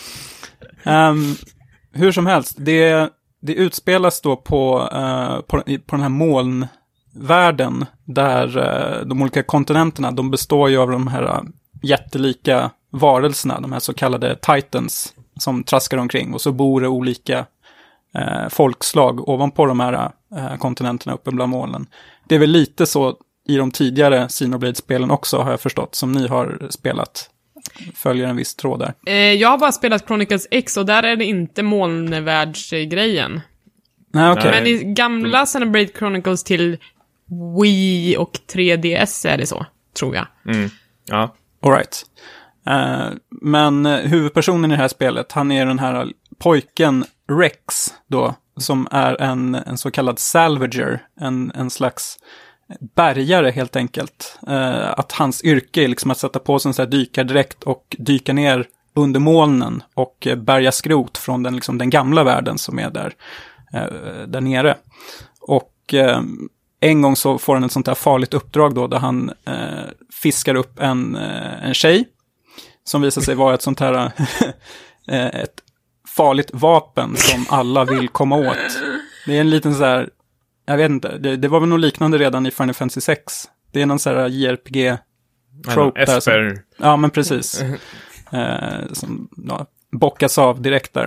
Hur som helst, det utspelas då på den här molnvärlden där de olika kontinenterna, de består ju av de här jättelika varelserna, de här så kallade Titans som traskar omkring, och så bor det olika folkslag ovanpå de här kontinenterna uppe bland molnen. Det är väl lite så i de tidigare Xenoblade-spelen också, har jag förstått, som ni har spelat. Följer en viss tråd där. Jag har bara spelat Chronicles X och där är det inte molnvärldsgrejen. Nej, okay. Men i gamla Xenoblade Chronicles till Wii och 3DS är det så, tror jag. Ja. All right. Men huvudpersonen i det här spelet, han är den här pojken Rex då, som är en så kallad salvager, en slags bärgare helt enkelt. Att hans yrke är liksom att sätta på sig en sån här dykardräkt och dyka ner under molnen och bärga skrot från den gamla världen som är där nere. Och en gång så får han ett sånt här farligt uppdrag då, där han fiskar upp en tjej som visar sig vara ett sånt här ett farligt vapen som alla vill komma åt. Det är en liten så här, jag vet inte, det var väl något liknande redan i Final Fantasy 6. Det är någon så här JRPG-trope där. Som, ja, men precis. Som bockas av direkt där.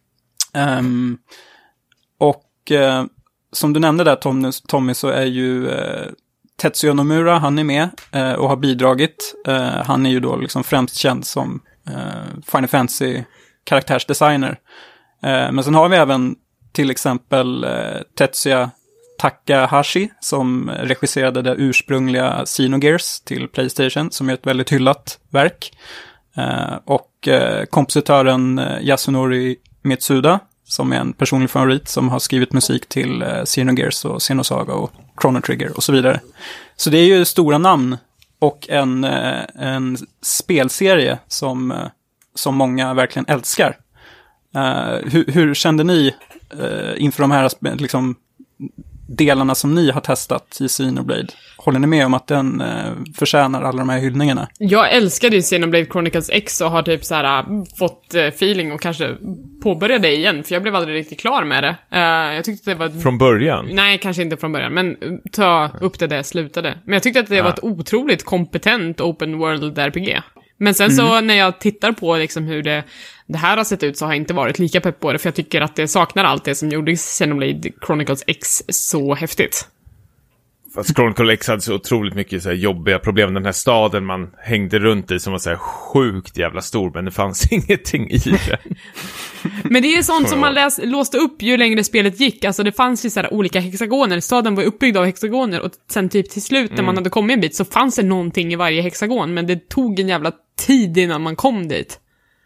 Som du nämnde där, Tommy, så är ju Tetsuya Nomura, han är med och har bidragit. Han är ju då liksom främst känd som Final Fantasy karaktärsdesigner. Men sen har vi även till exempel Tetsuya Takahashi som regisserade det ursprungliga Xenogears till PlayStation, som är ett väldigt hyllat verk. Och kompositören Yasunori Mitsuda, som är en personlig favorit, som har skrivit musik till Xenogears och Xenosaga och Chrono Trigger och så vidare. Så det är ju stora namn och en spelserie som många verkligen älskar. Hur kände ni inför de här liksom, delarna som ni har testat i Xenoblade? Håller ni med om att den förtjänar alla de här hyllningarna? Jag älskade ju Xenoblade Chronicles X och har typ så här fått feeling och kanske påbörjade det igen, för jag blev aldrig riktigt klar med det. Jag tyckte det var... Från början? Nej, kanske inte från början, men ta upp det där jag slutade. Men jag tyckte att det var ett otroligt kompetent open world RPG. Men sen så när jag tittar på liksom hur det här har sett ut, så har jag inte varit lika pepp på det, för jag tycker att det saknar allt det som gjorde Xenoblade Chronicles X så häftigt. Fast Chronicle X hade så otroligt mycket så här jobbiga problem. Den här staden man hängde runt i som var så här sjukt jävla stor, men det fanns ingenting i det. Men det är sånt som man låste upp ju längre spelet gick. Alltså det fanns ju så här olika hexagoner. Staden var uppbyggd av hexagoner, och sen typ till slut när man hade kommit en bit så fanns det någonting i varje hexagon, men det tog en jävla tid innan man kom dit.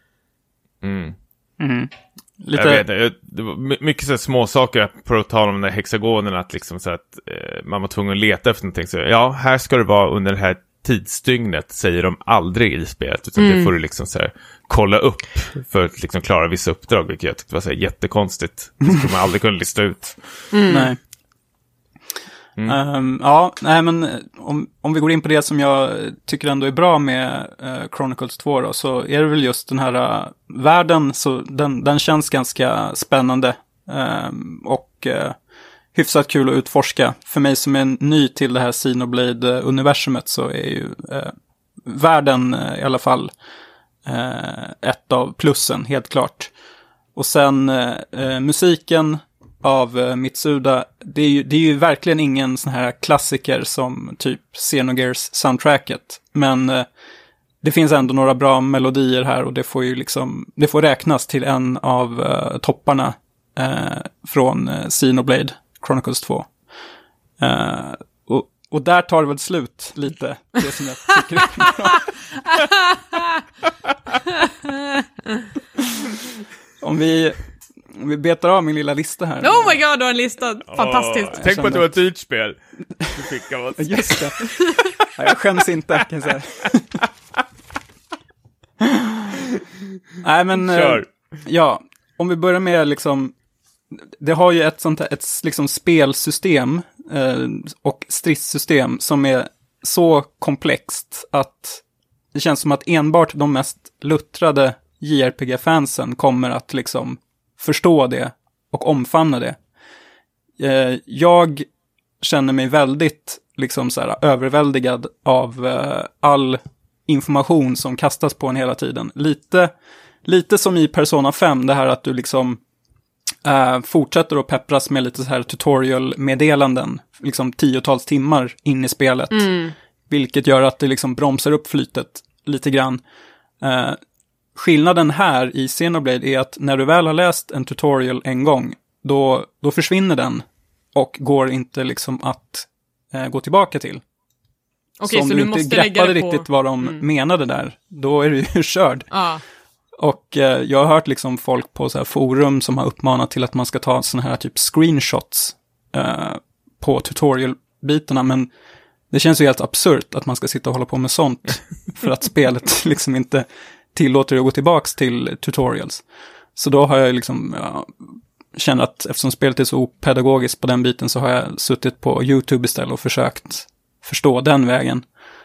Lite... Jag vet, det var mycket så här små saker på att tala om de där hexagonerna, att liksom så att man var tvungen att leta efter någonting. Så ja, här ska det vara under det här tidsdygnet, säger de aldrig i spelet, utan det får du liksom så här kolla upp för att liksom klara vissa uppdrag, vilket jag tyckte var så här jättekonstigt. Det skulle man aldrig kunna lista ut. Nej. Men om vi går in på det som jag tycker ändå är bra med Chronicles 2 då, så är det väl just den här världen, så den känns ganska spännande och hyfsat kul att utforska. För mig som är ny till det här Xenoblade-universumet, så är ju världen i alla fall ett av plussen, helt klart. Och sen musiken av Mitsuda, det är ju verkligen ingen sån här klassiker som typ Xenogears soundtracket, men det finns ändå några bra melodier här, och det får räknas till en av topparna från Xenoblade Chronicles 2. Och Och där tar det väl slut lite, det som jag tycker är bra. Om vi betar av min lilla lista här. Oh my god, du har en lista. Fantastiskt. Tänk på att det var ett dyrt spel. Du fick av oss. Just det. Ja, jag skäms inte, kan jag säga. Nej, men... Kör. Ja, om vi börjar med liksom... Det har ju ett sånt här, ett liksom spelsystem och stridssystem som är så komplext att det känns som att enbart de mest luttrade JRPG-fansen kommer att liksom förstå det och omfamna det. Jag känner mig väldigt liksom så här överväldigad av all information som kastas på en hela tiden. Lite som i Persona 5, det här att du liksom fortsätter att peppras med lite så här tutorial-meddelanden liksom 10-tals timmar in i spelet. Vilket gör att det liksom bromsar upp flytet lite grann. Skillnaden här i Xenoblade är att när du väl har läst en tutorial en gång, då försvinner den och går inte liksom att gå tillbaka till. Okej, om så du du måste inte lägga greppade det på... riktigt vad de menade där, då är du ju körd. Ja. Och jag har hört liksom folk på så här forum som har uppmanat till att man ska ta såna här typ screenshots på tutorial-bitarna, men det känns ju helt absurt att man ska sitta och hålla på med sånt för att spelet liksom inte tillåter att gå tillbaks till tutorials. Så då har jag liksom känner att eftersom spelet är så opedagogiskt på den biten så har jag suttit på YouTube istället och försökt förstå den vägen.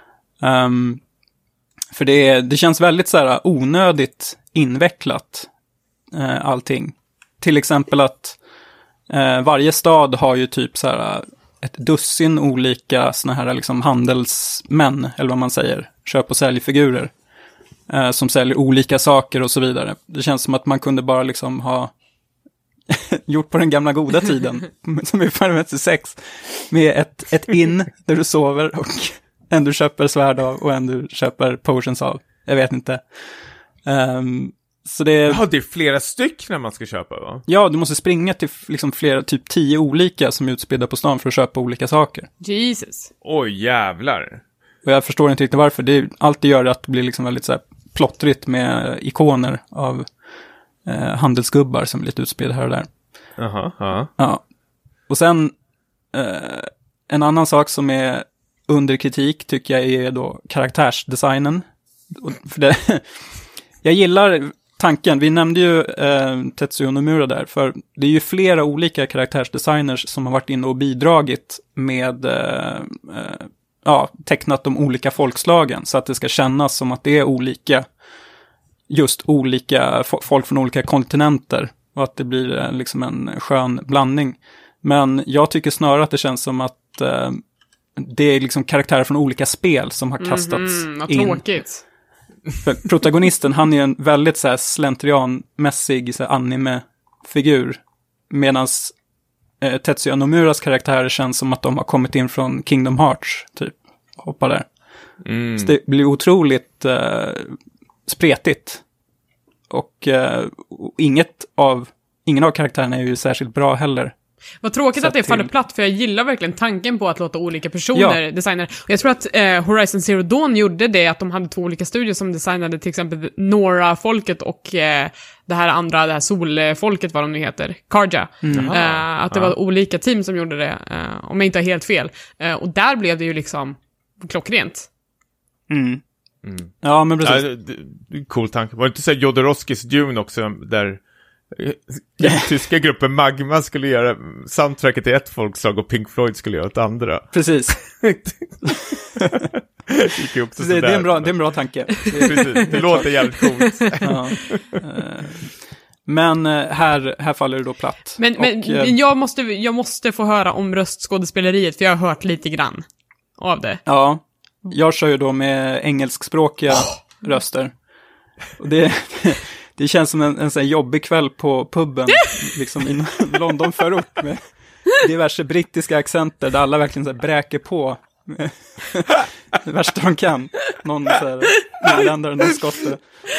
För det känns väldigt så här onödigt invecklat allting. Till exempel att varje stad har ju typ så här ett dussin olika såna här liksom handelsmän, eller vad man säger, köp- och säljfigurer som säljer olika saker och så vidare. Det känns som att man kunde bara liksom ha gjort på den gamla goda tiden, som i Final Fantasy 6, med ett inn där du sover och en du köper svärd av och en du köper potions av. Jag vet inte. Så det är flera stycken man ska köpa, va? Ja, du måste springa till liksom flera, typ 10 olika som är utspridda på stan för att köpa olika saker. Jesus. Oj, jävlar. Och jag förstår inte riktigt varför. Allt det gör att det blir liksom väldigt så här plottrigt med ikoner av handelsgubbar som är lite utspridda här och där. Aha. Ja. Och sen en annan sak som är under kritik tycker jag är då karaktärsdesignen. För det, jag gillar tanken. Vi nämnde ju Tetsuya Nomura där, för det är ju flera olika karaktärsdesigners som har varit inne och bidragit med tecknat de olika folkslagen så att det ska kännas som att det är olika folk från olika kontinenter och att det blir liksom en skön blandning. Men jag tycker snarare att det känns som att det är liksom karaktärer från olika spel som har kastats vad in. Tråkigt. För protagonisten, han är en väldigt så här slentrianmässig så här anime-figur. Medan Tetsuya Nomuras karaktärer känns som att de har kommit in från Kingdom Hearts, typ. Hoppa där. Så det blir otroligt spretigt. Och ingen av karaktärerna är ju särskilt bra heller. Vad tråkigt att det faller platt, för jag gillar verkligen tanken på att låta olika personer designa. Och jag tror att Horizon Zero Dawn gjorde det, att de hade 2 olika studios som designade till exempel Nora-folket och det här solfolket, vad de nu heter, Karja. Att det var olika team som gjorde det, om jag inte har helt fel. Och där blev det ju liksom klockrent. Ja, men precis. Ja, det cool tanke. Var det inte så Jodorowskis Dune också, där den tyska gruppen Magma skulle göra soundtracket i ett folkslag och Pink Floyd skulle göra ett andra. Precis. Det är en bra tanke. Det låter jävligt coolt. Ja. Men här faller det då platt. Men jag måste få höra om röstskådespeleriet, för jag har hört lite grann av det. Ja, jag kör ju då med engelskspråkiga röster. Och det känns som en sån här jobbig kväll på puben liksom i London förort med diverse brittiska accenter där alla verkligen så här bräker på det värsta de kan. Någon så här närländare, någon skotte.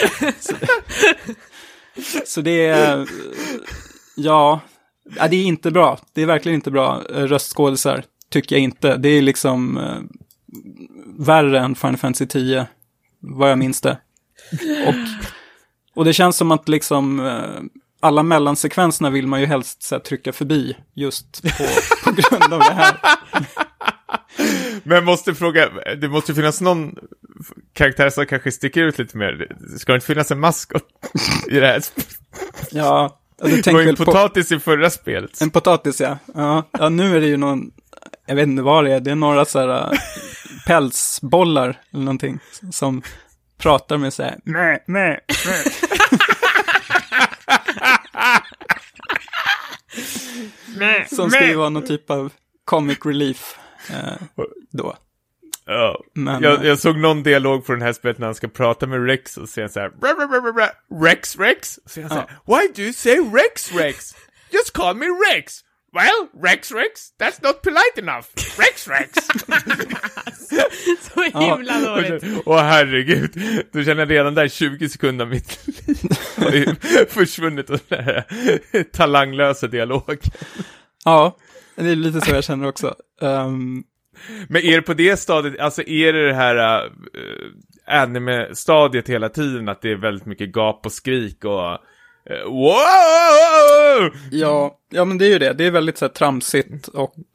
Så det är det är inte bra. Det är verkligen inte bra röstskådisar. tycker jag inte. Det är liksom värre än Final Fantasy 10, vad jag minns det. Och det känns som att liksom alla mellansekvenserna vill man ju helst så här, trycka förbi just på grund av det här. Men jag måste fråga, det måste finnas någon karaktär som kanske sticker ut lite mer. Ska det inte finnas en maskot i det här? Ja, det var ju en potatis i förra spelet. En potatis, ja. Ja, nu är det ju någon, jag vet inte vad det är. Det är några så här pälsbollar eller någonting som pratar med så här meh. Som ska ju vara någon typ av comic relief då. Ja. Men, jag såg någon dialog på den här spelet när han ska prata med Rex och säger så här Rex och säger så här, why do you say Rex? Just call me Rex. Well, Rex, that's not polite enough. Rex. Så himla dåligt. Åh herregud, du känner redan där 20 sekunder av mitt liv har ju försvunnit och den här talanglösa dialog. Ja, det är lite så jag känner också. Men är det på det stadiet, alltså är det här anime-stadiet hela tiden, att det är väldigt mycket gap och skrik och wow! Ja, men det är ju det. Det är väldigt så här tramsigt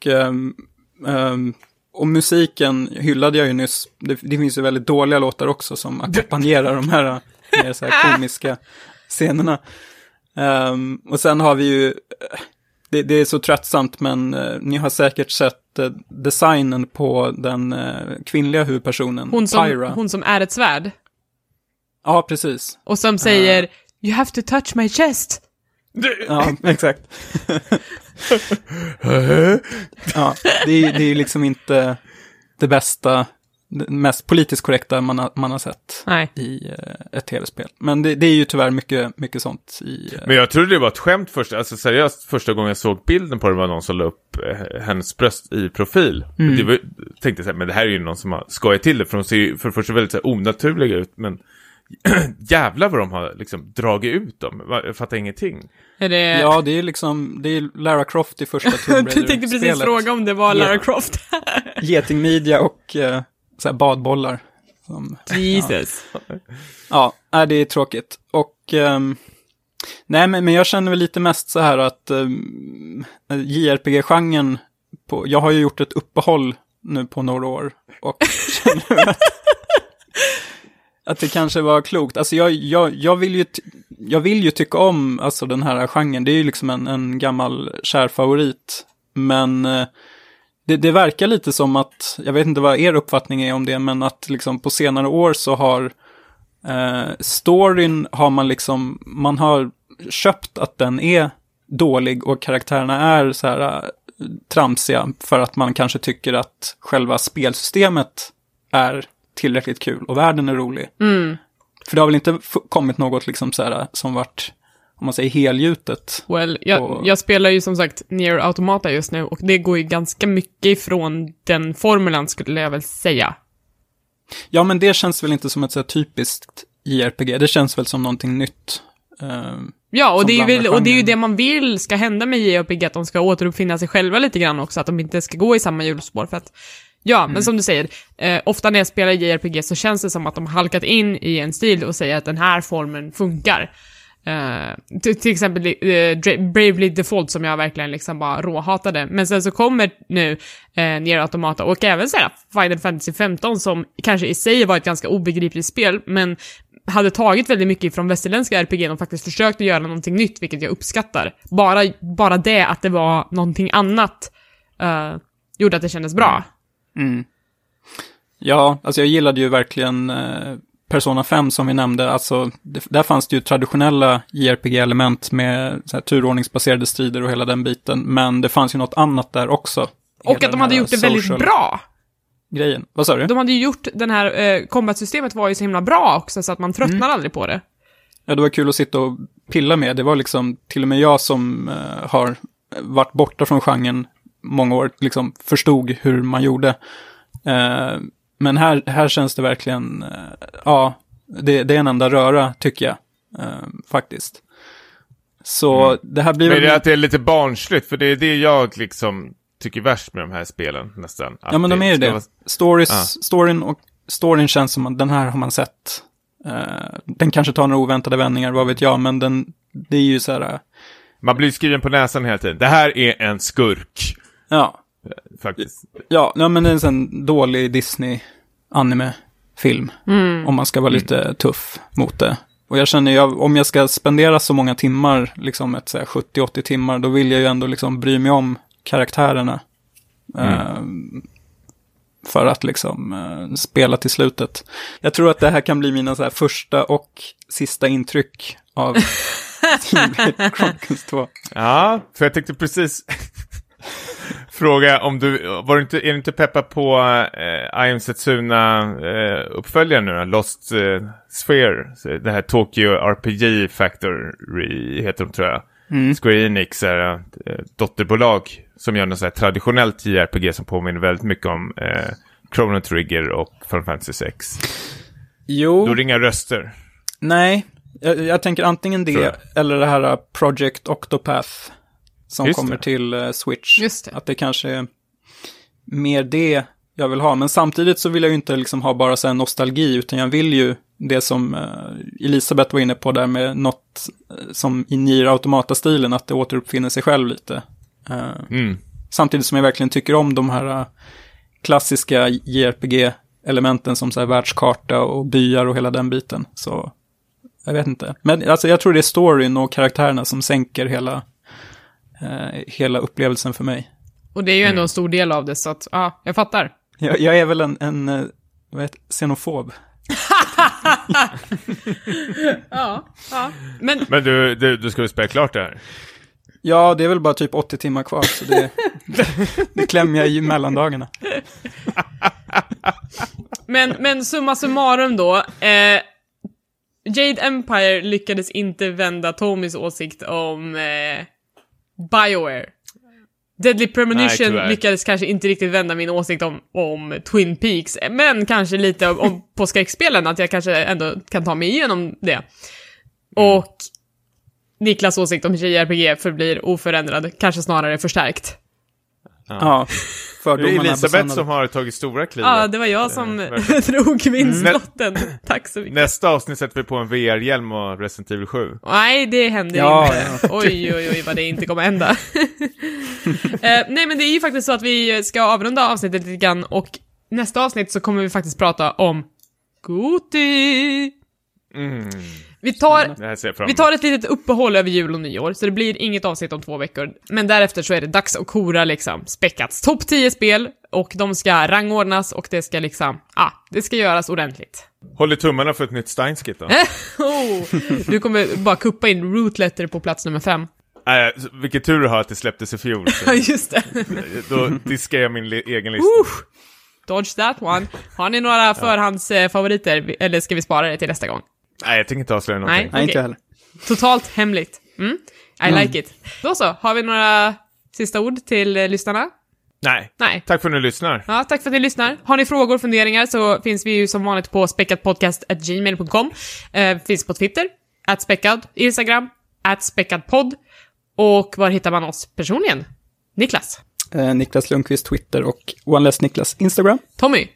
och musiken hyllade jag ju nyss. Det finns ju väldigt dåliga låtar också som ackompanjerar de här mer så här komiska scenerna. Och sen har vi ju det är så tröttsamt, men ni har säkert sett designen på den kvinnliga huvudpersonen, Pyra. Hon som är ett svärd. Ja, precis. Och som säger you have to touch my chest. Ja, exakt. Ja, det är liksom inte det bästa, det mest politiskt korrekta man har sett i ett tv-spel. Men det är ju tyvärr mycket sånt i... Men jag trodde det var ett skämt först, alltså seriöst, första gången jag såg bilden på det var någon som la upp hennes bröst i profil. Tänkte så här, men det här är ju någon som har skojat till det, för de ser ju för det första väldigt så här onaturliga ut, men jävlar vad de har liksom dragit ut dem. Jag fattar ingenting. Ja, det är liksom, det är Lara Croft i första Tomb Raider-spelet. Jag tänkte precis fråga om det var Lara Croft. Getingmidja och så här badbollar. Jesus. Ja, det är tråkigt. Och nej, men jag känner väl lite mest så här att JRPG-genren jag har ju gjort ett uppehåll nu på några år och känner att det kanske var klokt. Alltså jag vill ju tycka om alltså den här genren. Det är ju liksom en gammal kär favorit. Men det verkar lite som att, jag vet inte vad er uppfattning är om det, men att liksom på senare år så har storyn har man har köpt att den är dålig och karaktärerna är så här tramsiga för att man kanske tycker att själva spelsystemet är tillräckligt kul och världen är rolig. För det har väl inte kommit något liksom så här som varit, om man säger, helgjutet. Well, jag spelar ju som sagt Nier Automata just nu och det går ju ganska mycket ifrån den formulan, skulle jag väl säga. Ja, men det känns väl inte som ett så här typiskt JRPG. Det känns väl som någonting nytt. Ja, och det är ju det man vill ska hända med JRPG, att de ska återuppfinna sig själva lite grann också, att de inte ska gå i samma hjulspår, för att men som du säger, ofta när jag spelar JRPG så känns det som att de har halkat in i en stil och säger att den här formen funkar. Till exempel Bravely Default, som jag verkligen liksom bara råhatade. Men sen så kommer nu Nier Automata och även så här Final Fantasy 15, som kanske i sig var ett ganska obegripligt spel, men hade tagit väldigt mycket från västerländska RPG och faktiskt försökt att göra någonting nytt, vilket jag uppskattar. Bara det att det var någonting annat gjorde att det kändes bra. Ja, alltså jag gillade ju verkligen Persona 5 som vi nämnde. Alltså, där fanns det ju traditionella JRPG-element med så här turordningsbaserade strider och hela den biten. Men det fanns ju något annat där också. Och att de hade gjort det väldigt bra. Grejen. Vad sa du? De hade ju gjort den här combat-systemet var ju så himla bra också, så att man tröttnar aldrig på det. Ja, det var kul att sitta och pilla med. Det var liksom till och med jag som har varit borta från genren många år, liksom förstod hur man gjorde. Men här känns det verkligen, det är en enda röra, tycker jag, faktiskt. Så det här blir väl... Men det är att det är lite barnsligt, för det är det jag liksom tycker värst med de här spelen nästan. Ja, men de är ju det. Storyn känns som att den här har man sett. Den kanske tar några oväntade vändningar, vad vet jag, men det är ju så här... Man blir skriven på näsan hela tiden. Det här är en skurk. Ja. Faktiskt. Ja, men det är en sån dålig Disney-anime-film. Om man ska vara lite tuff mot det. Och jag känner ju, om jag ska spendera så många timmar, liksom 70-80 timmar, då vill jag ju ändå liksom bry mig om karaktärerna. För att liksom spela till slutet. Jag tror att det här kan bli mina så här första och sista intryck av Xenoblade Chronicles 2. Ja, för jag tänkte precis fråga om är du inte peppad på I Am Setsuna uppföljaren nu då? Lost Sphere, det här Tokyo RPG Factory heter de, tror jag. Square Enix är dotterbolag som gör något så här traditionellt JRPG som påminner väldigt mycket om Chrono Trigger och Final Fantasy 6. Jo. Då ringer röster. Nej, jag tänker antingen det eller det här Project Octopath som kommer till Switch. Just det. Att det kanske är mer det jag vill ha. Men samtidigt så vill jag ju inte liksom ha bara så här nostalgi, utan jag vill ju det som Elisabeth var inne på där med något som i Nier Automata-stilen, att det återuppfinner sig själv lite. Samtidigt som jag verkligen tycker om de här klassiska JRPG-elementen som så här världskarta och byar och hela den biten. Så jag vet inte. Men alltså, jag tror det är storyn och karaktärerna som sänker hela upplevelsen för mig. Och det är ju ändå en stor del av det, så att jag fattar. Jag är väl en xenofob. Ja. Men du ska väl spela klart det här? Ja, det är väl bara typ 80 timmar kvar, så det klämmer jag i mellandagarna. Men summa summarum då, Jade Empire lyckades inte vända Tommys åsikt om BioWare. Deadly Premonition lyckades kanske inte riktigt vända min åsikt om Twin Peaks, men kanske lite på skräckspelen, att jag kanske ändå kan ta mig igenom det. Och Niklas åsikt om JRPG förblir oförändrad, kanske snarare förstärkt. Ja, det är Elisabeth som har tagit stora kliv. Ja, det var jag som drog vinstlotten. Tack så mycket. Nästa avsnitt sätter vi på en VR-hjälm och Resident Evil 7. Nej, det händer inte. Ja. Oj, vad det inte kommer hända. Nej, men det är ju faktiskt så att vi ska avrunda avsnittet lite grann, och nästa avsnitt så kommer vi faktiskt prata om Goti. Vi tar ett litet uppehåll över jul och nyår, så det blir inget avsnitt om 2 veckor. Men därefter så är det dags att kora liksom Späckats topp 10 spel, och de ska rangordnas, och det ska liksom, det ska göras ordentligt. Håll i tummarna för ett nytt Steinskit då. Du kommer bara kuppa in Root Letter på plats nummer 5. Vilken tur du har att det släpptes i fjol. Ja, just det. Då diskar jag min egen lista. Dodge that one. Har ni några förhandsfavoriter, eller ska vi spara det till nästa gång? Nej, jag tänker inte avslöja någonting. Nej, inte heller. Totalt hemligt. I like it. Då så, har vi några sista ord till lyssnarna? Nej. Tack för att ni lyssnar. Ja, tack för att ni lyssnar. Har ni frågor och funderingar så finns vi ju som vanligt på speckatpodcast@gmail.com. Finns på Twitter, @speckad, Instagram, @speckadpodd. Och var hittar man oss personligen? Niklas? Niklas Lundqvist Twitter och OneLess Niklas Instagram. Tommy?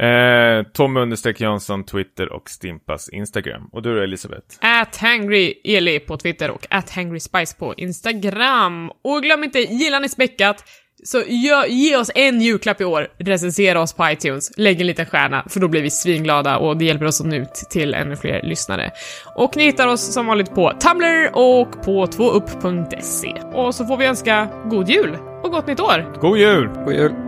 Tom_Jansson Twitter och Stimpas Instagram. Och du är Elisabeth? @hangryeli på Twitter och @hangryspice på Instagram. Och glöm inte, gillar ni Späckat så ge oss en julklapp i år. Recensera oss på iTunes. Lägg en liten stjärna, för då blir vi svinglada och det hjälper oss att nå ut till ännu fler lyssnare. Och ni hittar oss som vanligt på Tumblr och på 2up.se. Och så får vi önska god jul och gott nytt år. God jul! God jul!